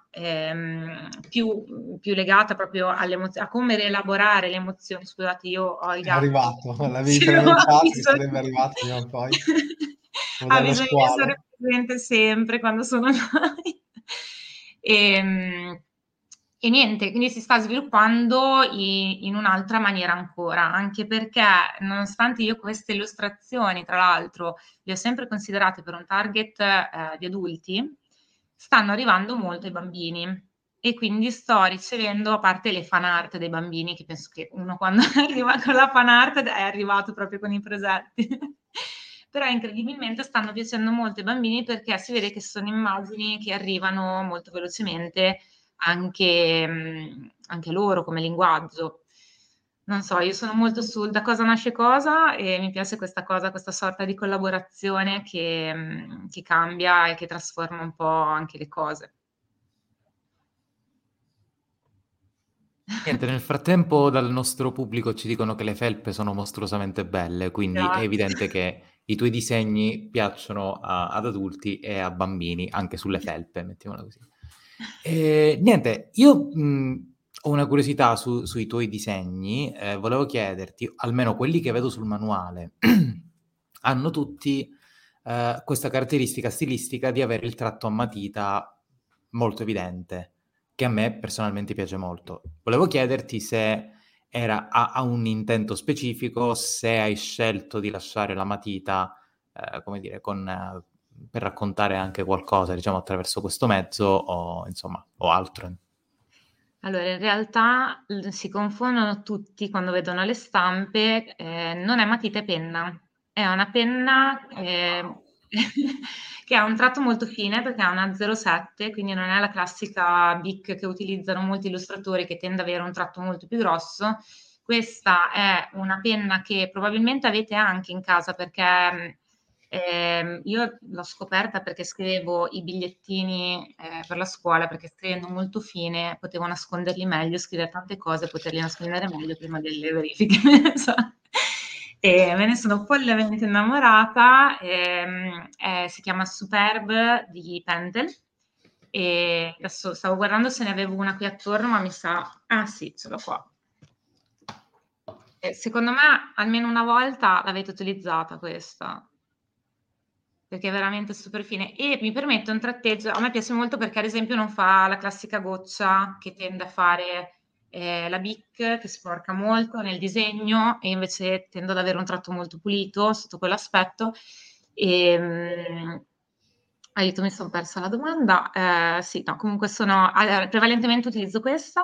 più legata proprio a come rielaborare le emozioni. Scusate, io ho i È gatti. arrivato, l'avevi Ce l'ho, preannunciato che bisogno. sarebbe arrivato prima o poi, Ha modello bisogno di squalo. essere presente sempre quando sono noi. E, E niente, quindi si sta sviluppando in un'altra maniera ancora, anche perché nonostante io queste illustrazioni, tra l'altro, le ho sempre considerate per un target di adulti, stanno arrivando molto ai bambini. E quindi sto ricevendo, a parte le fan art dei bambini, che penso che uno quando arriva con la fan art è arrivato proprio con i presetti. Però incredibilmente stanno piacendo molto ai bambini perché si vede che sono immagini che arrivano molto velocemente anche loro come linguaggio. Non so, io sono molto sul da cosa nasce cosa e mi piace questa cosa, questa sorta di collaborazione che cambia e che trasforma un po' anche le cose. Niente, nel frattempo dal nostro pubblico ci dicono che le felpe sono mostruosamente belle, quindi è Grazie. evidente che i tuoi disegni piacciono ad adulti e a bambini, anche sulle felpe, mettiamola così. Niente, io ho una curiosità sui tuoi disegni, volevo chiederti, almeno quelli che vedo sul manuale, hanno tutti questa caratteristica stilistica di avere il tratto a matita molto evidente, che a me personalmente piace molto. Volevo chiederti se ha un intento specifico, se hai scelto di lasciare la matita, come dire, per raccontare anche qualcosa, diciamo, attraverso questo mezzo o, insomma, o altro. Allora, in realtà si confondono tutti quando vedono le stampe, non è matita e penna, è una penna che ha un tratto molto fine perché ha una 0,7, quindi non è la classica Bic che utilizzano molti illustratori che tende ad avere un tratto molto più grosso. Questa è una penna che probabilmente avete anche in casa perché io l'ho scoperta perché scrivevo i bigliettini per la scuola, perché scrivendo molto fine potevo nasconderli meglio, scrivere tante cose, poterli nascondere meglio prima delle verifiche. E me ne sono follemente innamorata, si chiama Superb di Pentel. E adesso stavo guardando se ne avevo una qui attorno, ma mi sa... Ah sì, ce l'ho qua. Secondo me almeno una volta l'avete utilizzata questa, perché è veramente super fine e mi permette un tratteggio. A me piace molto perché ad esempio non fa la classica goccia che tende a fare la Bic, che sporca molto nel disegno, e invece tendo ad avere un tratto molto pulito sotto quell'aspetto. Aiuto, mi sono persa la domanda. Sì, no, comunque prevalentemente utilizzo questa.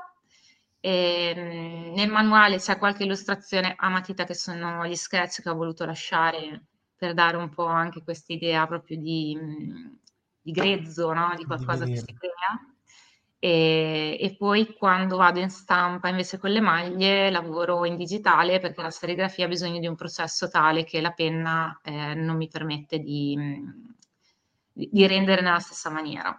Nel manuale c'è qualche illustrazione a matita che sono gli sketch che ho voluto lasciare per dare un po' anche questa idea proprio di grezzo, no? Di qualcosa che si crea. E poi quando vado in stampa invece con le maglie lavoro in digitale perché la serigrafia ha bisogno di un processo tale che la penna non mi permette di rendere nella stessa maniera.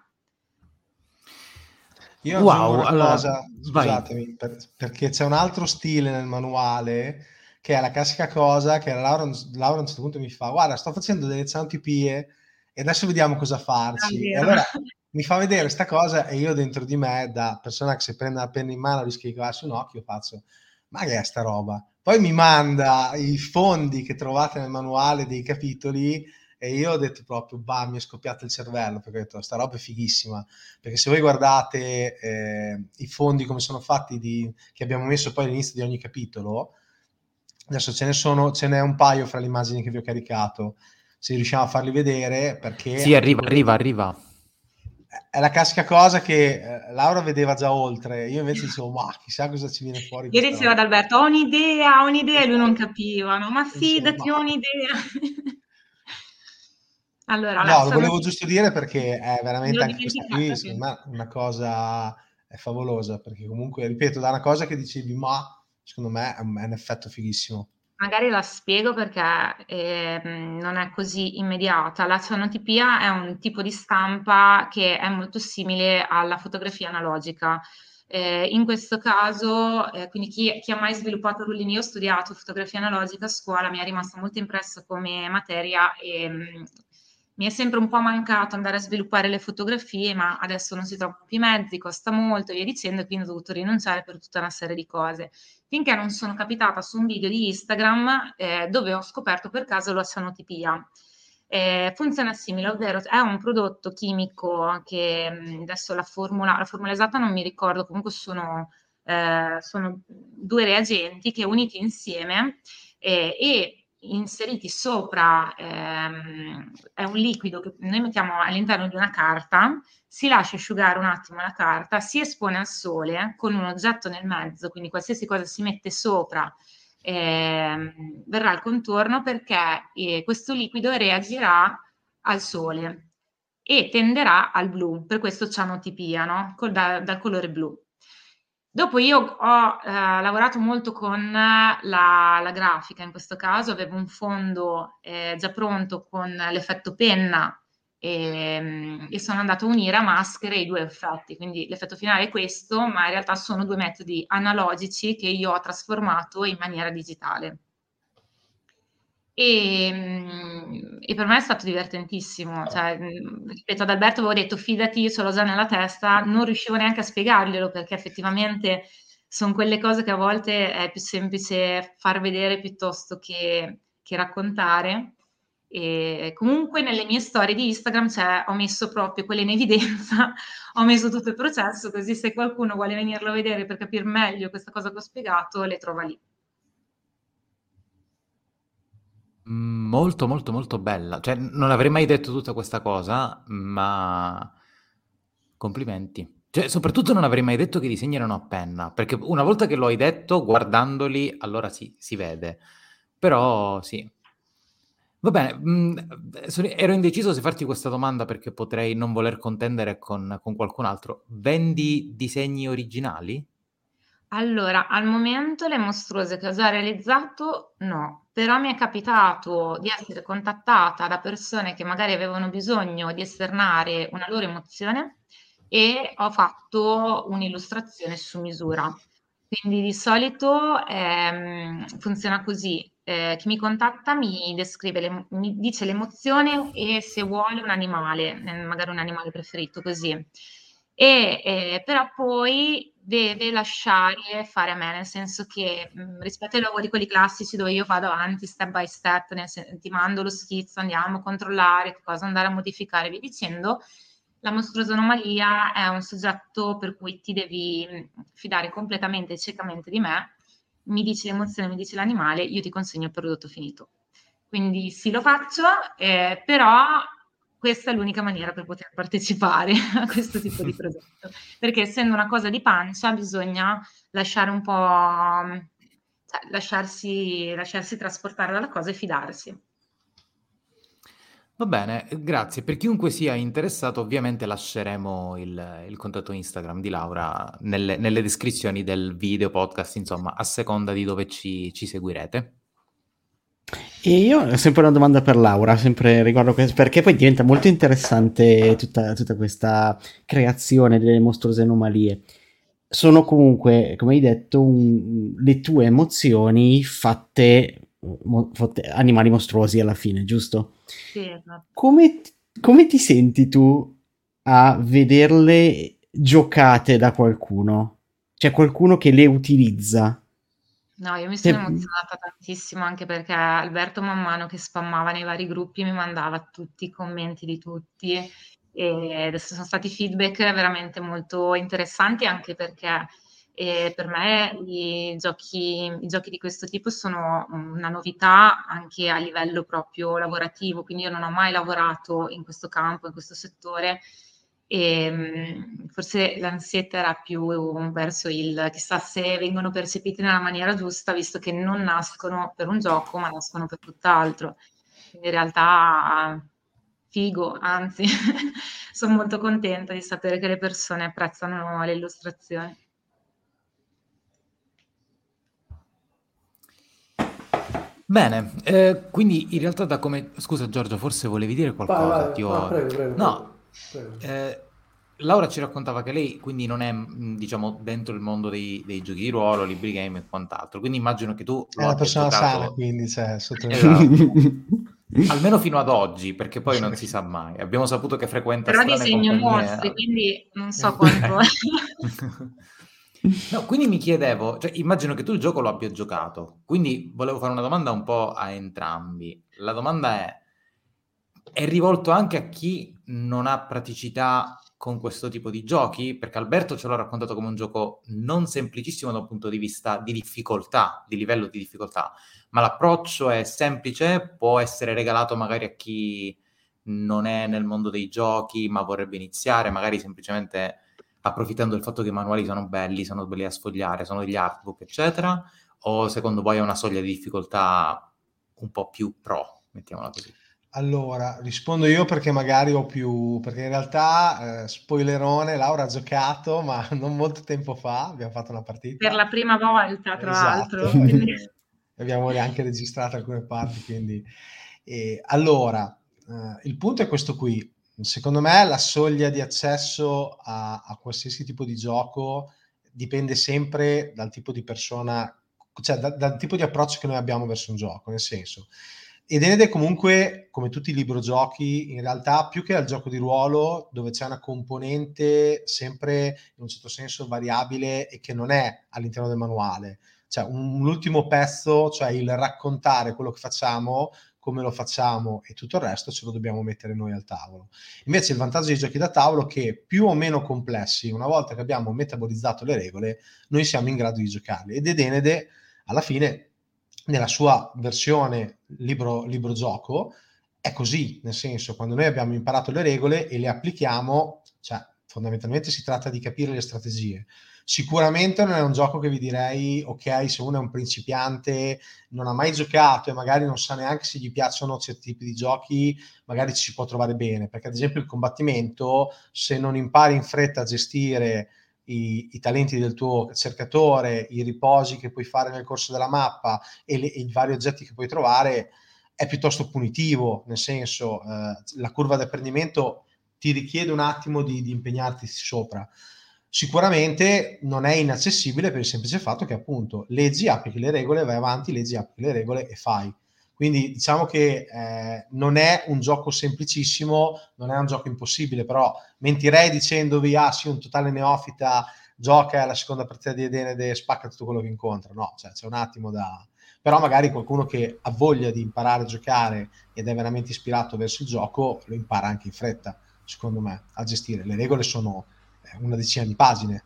Io aggiungo una cosa, scusatemi, perché c'è un altro stile nel manuale che è la classica cosa che Laura a un certo punto mi fa: guarda, sto facendo delle cianotipie e adesso vediamo cosa farci. E allora mi fa vedere sta cosa e io dentro di me, da persona che se prende la penna in mano rischia di cavarsi un occhio, faccio: ma che è sta roba? Poi mi manda i fondi che trovate nel manuale dei capitoli e io ho detto proprio, bah, mi è scoppiato il cervello, perché ho detto, sta roba è fighissima, perché se voi guardate i fondi come sono fatti, che abbiamo messo poi all'inizio di ogni capitolo, adesso ce n'è un paio fra le immagini che vi ho caricato, se riusciamo a farli vedere, perché... Sì, arriva. È la classica cosa che Laura vedeva già oltre, io invece dicevo, ma chissà cosa ci viene fuori. Ieri diceva ad Alberto, ho un'idea, e lui non capiva, no? Ma sì, datti un'idea. Allora, no, lo volevo giusto dire perché è veramente anche questa qui, sì. secondo me, una cosa è favolosa, perché comunque, ripeto, da una cosa che dicevi, ma secondo me è un effetto fighissimo. Magari la spiego perché non è così immediata. La cianotipia è un tipo di stampa che è molto simile alla fotografia analogica. In questo caso, quindi chi ha mai sviluppato rullini, io ho studiato fotografia analogica a scuola, mi è rimasta molto impressa come materia e mi è sempre un po' mancato andare a sviluppare le fotografie, ma adesso non si trovano più i mezzi, costa molto e via dicendo, e quindi ho dovuto rinunciare per tutta una serie di cose. Finché non sono capitata su un video di Instagram dove ho scoperto per caso la cianotipia. Funziona simile, ovvero è un prodotto chimico che adesso la formula esatta non mi ricordo, comunque sono 2 reagenti che uniti insieme e inseriti sopra, è un liquido che noi mettiamo all'interno di una carta, si lascia asciugare un attimo la carta, si espone al sole con un oggetto nel mezzo, quindi qualsiasi cosa si mette sopra verrà al contorno, perché questo liquido reagirà al sole e tenderà al blu, per questo cianotipia, no? Dal colore blu. Dopo io ho lavorato molto con la grafica, in questo caso avevo un fondo già pronto con l'effetto penna e sono andata a unire a maschere i 2 effetti, quindi l'effetto finale è questo, ma in realtà sono 2 metodi analogici che io ho trasformato in maniera digitale. E per me è stato divertentissimo, cioè, ripeto, ad Alberto avevo detto fidati, io ce l'ho già nella testa, non riuscivo neanche a spiegarglielo perché effettivamente sono quelle cose che a volte è più semplice far vedere piuttosto che raccontare. E comunque nelle mie storie di Instagram ho messo proprio quelle in evidenza, ho messo tutto il processo, così se qualcuno vuole venirlo a vedere per capire meglio questa cosa che ho spiegato, le trova lì. Molto, molto, molto bella. Cioè, non avrei mai detto tutta questa cosa, ma complimenti. Cioè, soprattutto non avrei mai detto che disegnano a penna, perché una volta che lo hai detto, guardandoli, allora sì, si vede. Però sì. Va bene, ero indeciso se farti questa domanda perché potrei non voler contendere con qualcun altro. Vendi disegni originali? Allora, al momento le mostruose che ho già realizzato no, però mi è capitato di essere contattata da persone che magari avevano bisogno di esternare una loro emozione e ho fatto un'illustrazione su misura. Quindi di solito funziona così, chi mi contatta mi descrive, mi dice l'emozione e se vuole un animale, magari un animale preferito, così. Però poi deve lasciare fare a me, nel senso che rispetto ai lavori quelli classici dove io vado avanti step by step, ti mando lo schizzo, andiamo a controllare che cosa andare a modificare, via dicendo, la mostruosa anomalia è un soggetto per cui ti devi fidare completamente e ciecamente di me, mi dici l'emozione, mi dici l'animale, io ti consegno il prodotto finito. Quindi sì, lo faccio, però questa è l'unica maniera per poter partecipare a questo tipo di progetto, perché essendo una cosa di pancia bisogna lasciare un po', cioè, lasciarsi trasportare dalla cosa e fidarsi. Va bene, grazie. Per chiunque sia interessato, ovviamente lasceremo il contatto Instagram di Laura nelle descrizioni del video, podcast, insomma, a seconda di dove ci seguirete. E io ho sempre una domanda per Laura, sempre riguardo questo, perché poi diventa molto interessante tutta questa creazione delle mostruose anomalie. Sono comunque, come hai detto, le tue emozioni fatte animali mostruosi alla fine, giusto? Sì, esatto. Come ti senti tu a vederle giocate da qualcuno? Cioè qualcuno che le utilizza? No, io mi sono emozionata tantissimo anche perché Alberto man mano che spammava nei vari gruppi mi mandava tutti i commenti di tutti e adesso sono stati feedback veramente molto interessanti anche perché per me i giochi di questo tipo sono una novità anche a livello proprio lavorativo, quindi io non ho mai lavorato in questo campo, in questo settore e forse l'ansietta era più verso il chissà se vengono percepiti nella maniera giusta, visto che non nascono per un gioco, ma nascono per tutt'altro. Quindi in realtà figo, anzi, sono molto contenta di sapere che le persone apprezzano le illustrazioni. Bene, quindi in realtà da come... Scusa Giorgio, forse volevi dire qualcosa? Vai. Prego. No, Laura ci raccontava che lei quindi non è, diciamo, dentro il mondo dei giochi di ruolo, libri game e quant'altro, quindi immagino che tu è una persona giocato... sana, quindi sotto Almeno fino ad oggi, perché poi non si sa mai. Abbiamo saputo che frequenta però strane disegno compagnie... mostri, quindi non so quanto... No, quindi mi chiedevo, cioè immagino che tu il gioco lo abbia giocato, quindi volevo fare una domanda un po' a entrambi. La domanda è, è rivolto anche a chi non ha praticità con questo tipo di giochi, perché Alberto ce l'ha raccontato come un gioco non semplicissimo da un punto di vista di difficoltà, di livello di difficoltà, ma l'approccio è semplice, può essere regalato magari a chi non è nel mondo dei giochi, ma vorrebbe iniziare, magari semplicemente approfittando del fatto che i manuali sono belli da sfogliare, sono degli artbook, eccetera, o secondo voi è una soglia di difficoltà un po' più pro, mettiamola così? Allora, rispondo io perché magari ho più, perché in realtà, spoilerone, Laura ha giocato, ma non molto tempo fa, abbiamo fatto una Per partita. la prima volta, tra Esatto, l'altro. Quindi... abbiamo anche registrato alcune parti, quindi... allora, il punto è questo qui. Secondo me la soglia di accesso a qualsiasi tipo di gioco dipende sempre dal tipo di persona, cioè dal tipo di approccio che noi abbiamo verso un gioco, nel senso... Ed comunque, come tutti i librogiochi, in realtà più che al gioco di ruolo, dove c'è una componente sempre in un certo senso variabile e che non è all'interno del manuale, cioè un ultimo pezzo, cioè il raccontare quello che facciamo, come lo facciamo e tutto il resto ce lo dobbiamo mettere noi al tavolo. Invece il vantaggio dei giochi da tavolo è che più o meno complessi, una volta che abbiamo metabolizzato le regole, noi siamo in grado di giocarli. Ed Edenede, alla fine, nella sua versione libro gioco, è così, nel senso, quando noi abbiamo imparato le regole e le applichiamo, cioè fondamentalmente si tratta di capire le strategie. Sicuramente non è un gioco che vi direi, ok, se uno è un principiante, non ha mai giocato e magari non sa neanche se gli piacciono certi tipi di giochi, magari ci si può trovare bene, perché ad esempio il combattimento, se non impari in fretta a gestire i talenti del tuo cercatore, i riposi che puoi fare nel corso della mappa e i vari oggetti che puoi trovare, è piuttosto punitivo, nel senso, la curva di apprendimento ti richiede un attimo di impegnarti sopra. Sicuramente non è inaccessibile per il semplice fatto che appunto leggi, applichi le regole, vai avanti, leggi, applichi le regole e fai. Quindi diciamo che non è un gioco semplicissimo, non è un gioco impossibile, però mentirei dicendovi, ah sì, un totale neofita gioca alla seconda partita di Edenede e spacca tutto quello che incontra. No, cioè c'è un attimo da... Però magari qualcuno che ha voglia di imparare a giocare ed è veramente ispirato verso il gioco, lo impara anche in fretta, secondo me, a gestire. Le regole sono una decina di pagine.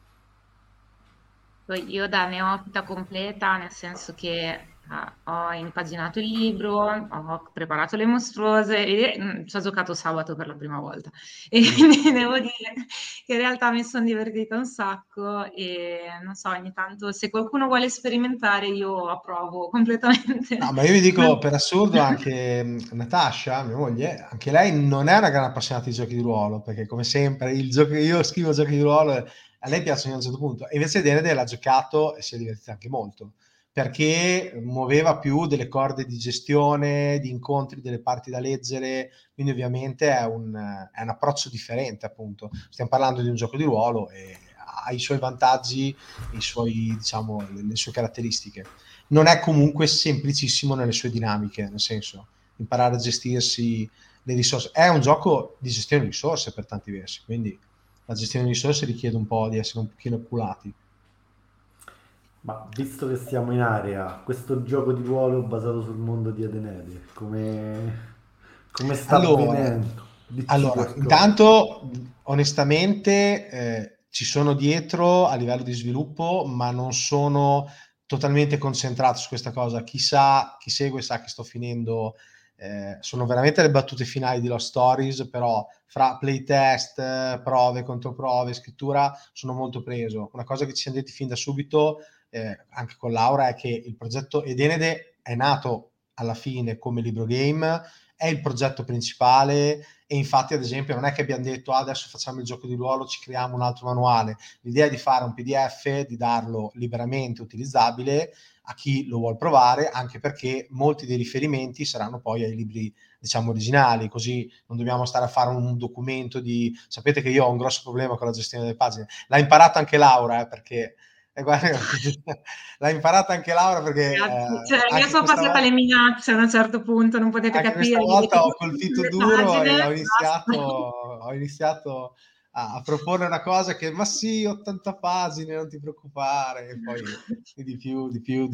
Io da neofita completa, nel senso che ho impaginato il libro, ho preparato le mostruose e ci ho giocato sabato per la prima volta. E quindi devo dire che in realtà mi sono divertita un sacco e non so, ogni tanto se qualcuno vuole sperimentare io approvo completamente. No, ma io vi dico, per assurdo, anche Natasha, mia moglie, anche lei non è una gran appassionata di giochi di ruolo, perché come sempre io scrivo giochi di ruolo e a lei piacciono a un certo punto. E invece Denede l'ha giocato e si è divertita anche molto, perché muoveva più delle corde di gestione, di incontri, delle parti da leggere, quindi ovviamente è un approccio differente, appunto. Stiamo parlando di un gioco di ruolo e ha i suoi vantaggi, i suoi, diciamo, le sue caratteristiche. Non è comunque semplicissimo nelle sue dinamiche, nel senso, imparare a gestirsi le risorse. È un gioco di gestione di risorse per tanti versi, quindi la gestione di risorse richiede un po' di essere un pochino oculati. Ma visto che stiamo in area, questo gioco di ruolo basato sul mondo di Edenede, come sta avvenendo? Allora, intanto, onestamente, ci sono dietro a livello di sviluppo, ma non sono totalmente concentrato su questa cosa. Chi segue sa che sto finendo, sono veramente le battute finali di Lost Stories, però fra playtest, prove, controprove, scrittura, sono molto preso. Una cosa che ci siamo detti fin da subito, anche con Laura, è che il progetto Edenede è nato alla fine come libro game, è il progetto principale e infatti ad esempio non è che abbiamo detto adesso facciamo il gioco di ruolo, ci creiamo un altro manuale. L'idea è di fare un PDF, di darlo liberamente utilizzabile a chi lo vuol provare, anche perché molti dei riferimenti saranno poi ai libri, diciamo, originali, così non dobbiamo stare a fare un documento di... Sapete che io ho un grosso problema con la gestione delle pagine. L'ha imparato anche Laura, perché... guarda, l'ha imparata anche Laura perché io sono passata alle minacce a un certo punto, non potete anche capire. questa volta ho colpito duro e pagine, ho iniziato a proporre una cosa che, ma sì, 80 pagine, non ti preoccupare, e poi di più,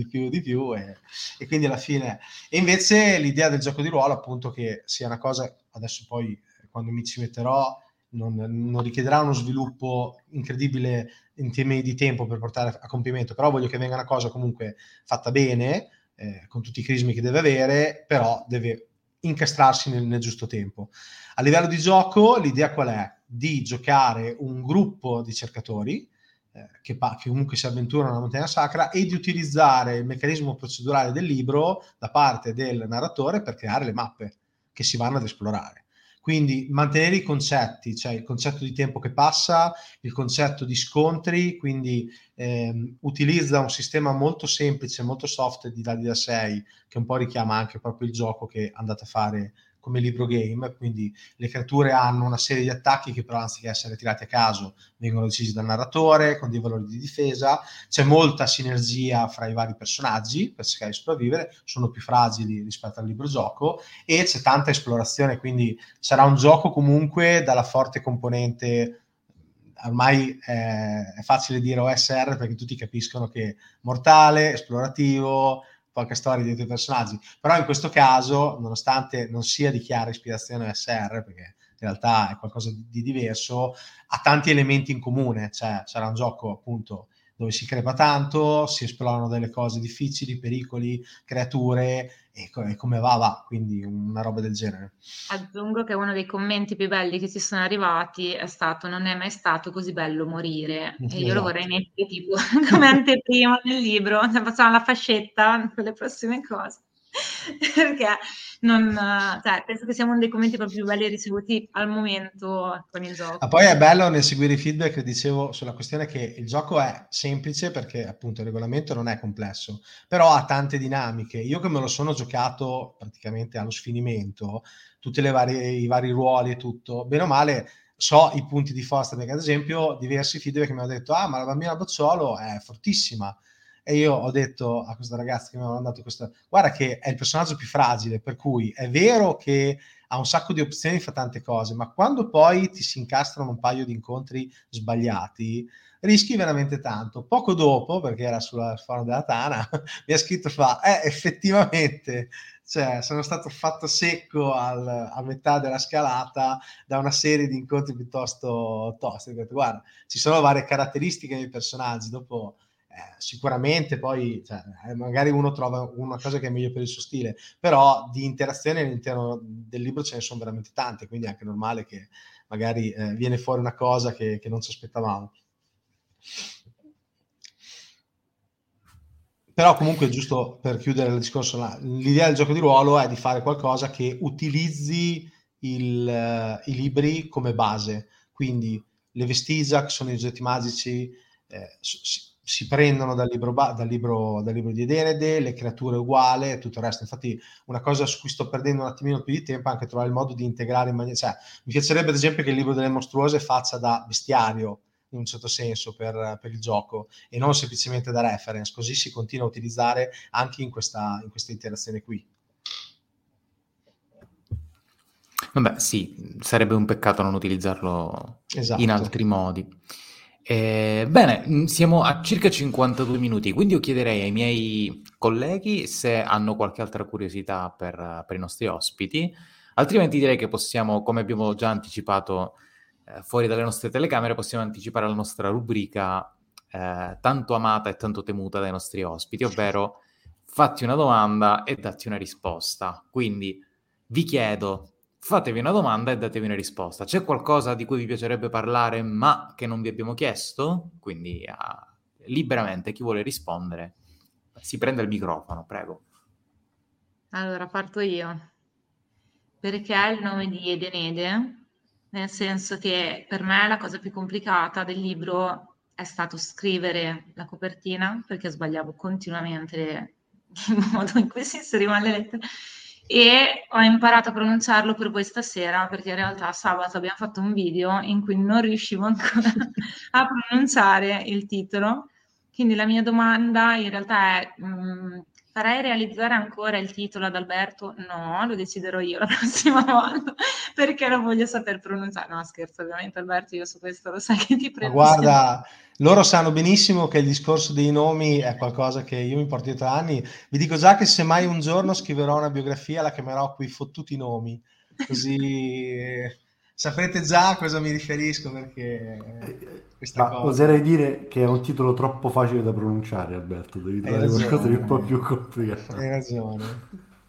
e quindi alla fine... E invece l'idea del gioco di ruolo, appunto, che sia una cosa, adesso poi, quando mi ci metterò, non richiederà uno sviluppo incredibile in termini di tempo per portare a compimento, però voglio che venga una cosa comunque fatta bene, con tutti i crismi che deve avere, però deve incastrarsi nel giusto tempo. A livello di gioco, l'idea qual è? Di giocare un gruppo di cercatori che comunque si avventurano nella montagna sacra, e di utilizzare il meccanismo procedurale del libro da parte del narratore per creare le mappe che si vanno ad esplorare. Quindi mantenere i concetti, cioè il concetto di tempo che passa, il concetto di scontri, quindi utilizza un sistema molto semplice, molto soft di dadi da 6, che un po' richiama anche proprio il gioco che andate a fare come libro game, quindi le creature hanno una serie di attacchi che però, anziché essere tirati a caso, vengono decisi dal narratore con dei valori di difesa. C'è molta sinergia fra i vari personaggi per cercare di sopravvivere, sono più fragili rispetto al libro gioco, e c'è tanta esplorazione, quindi sarà un gioco comunque dalla forte componente, ormai è facile dire OSR perché tutti capiscono che mortale, esplorativo, poche storie dietro i personaggi, però in questo caso, nonostante non sia di chiara ispirazione OSR, perché in realtà è qualcosa di diverso, ha tanti elementi in comune, cioè sarà un gioco appunto dove si crepa tanto, si esplorano delle cose difficili, pericoli, creature, e come va, quindi una roba del genere. Aggiungo che uno dei commenti più belli che ci sono arrivati è stato: non è mai stato così bello morire, e io lo vorrei mettere tipo come anteprima del libro, facciamo la fascetta per le prossime cose, perché penso che sia uno dei commenti proprio più belli ricevuti al momento con il gioco. Ma poi è bello nel seguire i feedback, dicevo, sulla questione che il gioco è semplice perché appunto il regolamento non è complesso, però ha tante dinamiche. Io che me lo sono giocato praticamente allo sfinimento, tutti i vari ruoli e tutto, bene o male so i punti di forza, perché ad esempio diversi feedback mi hanno detto: ah, ma la bambina Bocciolo è fortissima. E io ho detto a questa ragazza che mi aveva mandato questa, guarda che è il personaggio più fragile, per cui è vero che ha un sacco di opzioni, fa tante cose, ma quando poi ti si incastrano un paio di incontri sbagliati, rischi veramente tanto. Poco dopo, perché era sulla forum della Tana, mi ha scritto, effettivamente, cioè, sono stato fatto secco a metà della scalata da una serie di incontri piuttosto tosti. Ho detto, guarda, ci sono varie caratteristiche dei personaggi, dopo... sicuramente poi magari uno trova una cosa che è meglio per il suo stile, però di interazioni all'interno del libro ce ne sono veramente tante, quindi è anche normale che magari viene fuori una cosa che non ci aspettavamo. Però comunque, giusto per chiudere il discorso, l'idea del gioco di ruolo è di fare qualcosa che utilizzi i libri come base, quindi le vestigia, che sono gli oggetti magici, si prendono dal libro di Edenede, le creature uguali e tutto il resto. Infatti una cosa su cui sto perdendo un attimino più di tempo è anche trovare il modo di integrare in maniera... Cioè, mi piacerebbe ad esempio che il libro delle mostruose faccia da bestiario, in un certo senso, per il gioco, e non semplicemente da reference, così si continua a utilizzare anche in questa interazione qui. Vabbè, sì, sarebbe un peccato non utilizzarlo in altri modi. Bene, siamo a circa 52 minuti, quindi io chiederei ai miei colleghi se hanno qualche altra curiosità per i nostri ospiti, altrimenti direi che possiamo, come abbiamo già anticipato fuori dalle nostre telecamere, possiamo anticipare la nostra rubrica tanto amata e tanto temuta dai nostri ospiti, ovvero fatti una domanda e datti una risposta. Quindi vi chiedo, fatevi una domanda e datevi una risposta. C'è qualcosa di cui vi piacerebbe parlare ma che non vi abbiamo chiesto? Quindi liberamente chi vuole rispondere si prende il microfono, prego. Allora parto io. Perché il nome di Edenede? Nel senso che per me la cosa più complicata del libro è stato scrivere la copertina, perché sbagliavo continuamente il modo in cui si inserivano le lettere, e ho imparato a pronunciarlo per questa sera, perché in realtà sabato abbiamo fatto un video in cui non riuscivo ancora a pronunciare il titolo. Quindi la mia domanda in realtà è Farei realizzare ancora il titolo ad Alberto? No, lo deciderò io la prossima volta, perché lo voglio saper pronunciare. No, scherzo, ovviamente Alberto, io su questo lo sai che ti Ma prendo guarda, loro sanno benissimo che il discorso dei nomi è qualcosa che io mi porto dietro da anni. Vi dico già che se mai un giorno scriverò una biografia, la chiamerò Quei fottuti nomi, così saprete già a cosa mi riferisco, perché questa Ma cosa... oserei dire che è un titolo troppo facile da pronunciare, Alberto. Devi Hai trovare qualcosa di un po' ragione, più complicato. hai ragione.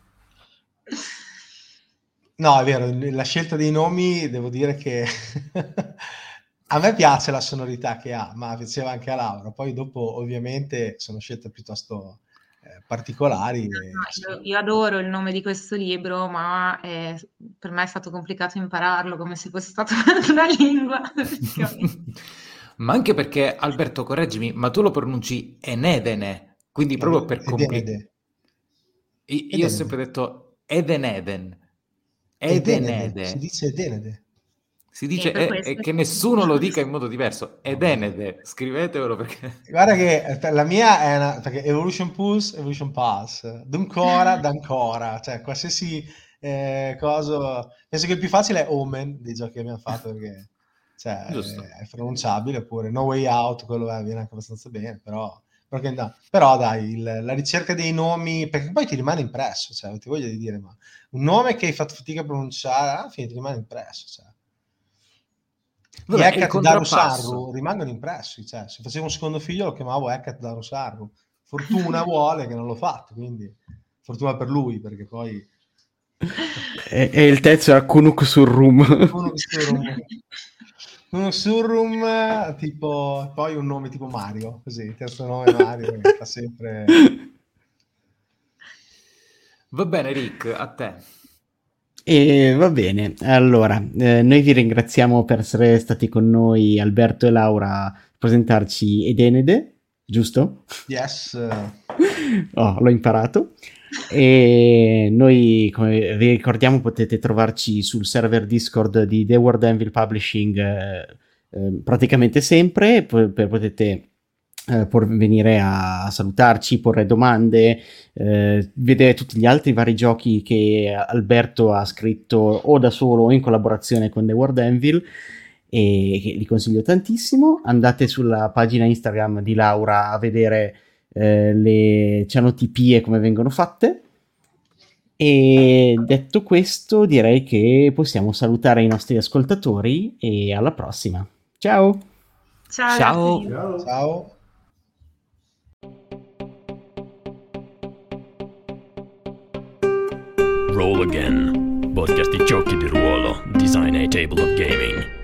No, è vero, la scelta dei nomi, devo dire che a me piace la sonorità che ha, ma piaceva anche a Laura. Poi dopo, ovviamente, sono scelte piuttosto particolari. Io adoro il nome di questo libro, ma per me è stato complicato impararlo come se fosse stata una lingua. Ma anche perché, Alberto, correggimi, ma tu lo pronunci Enedene, quindi proprio per Edenede. Io ho sempre detto Edeneden. Edenede. Si Edenede. dice Edenede. Si dice e che nessuno lo dica in modo diverso. Edenede, scrivetevelo perché... Guarda che la mia è una... perché Evolution Pulse, Evolution Pulse, d'ancora, cioè qualsiasi cosa... Penso che il più facile è Omen dei giochi che abbiamo fatto, perché cioè, è pronunciabile, oppure No Way Out, quello viene anche abbastanza bene, però dai, la ricerca dei nomi, perché poi ti rimane impresso, cioè, ti voglio dire, ma un nome che hai fatto fatica a pronunciare, alla fine ti rimane impresso, cioè. Gli Hecate Darusarru rimangono impressi, cioè, se facevo un secondo figlio lo chiamavo Hecate Darusarru. Fortuna vuole che non l'ho fatto, quindi fortuna per lui, perché poi... E il terzo era Kunuk Surrum. Kunuk Surrum, tipo, poi un nome tipo Mario, così, il terzo nome Mario, che fa sempre... Va bene, Rick, a te. E va bene, allora, noi vi ringraziamo per essere stati con noi, Alberto e Laura, a presentarci Edenede, giusto? Yes. Oh, l'ho imparato. E noi, come vi ricordiamo, potete trovarci sul server Discord di The World Anvil Publishing praticamente sempre, potete venire a salutarci, porre domande, vedere tutti gli altri vari giochi che Alberto ha scritto o da solo o in collaborazione con The World Anvil, e che vi consiglio tantissimo. Andate sulla pagina Instagram di Laura a vedere le cianotipie come vengono fatte. E detto questo, direi che possiamo salutare i nostri ascoltatori e alla prossima. Ciao! Ciao! Ciao! Roll Again, podcast di giochi di ruolo, Design a Table of Gaming.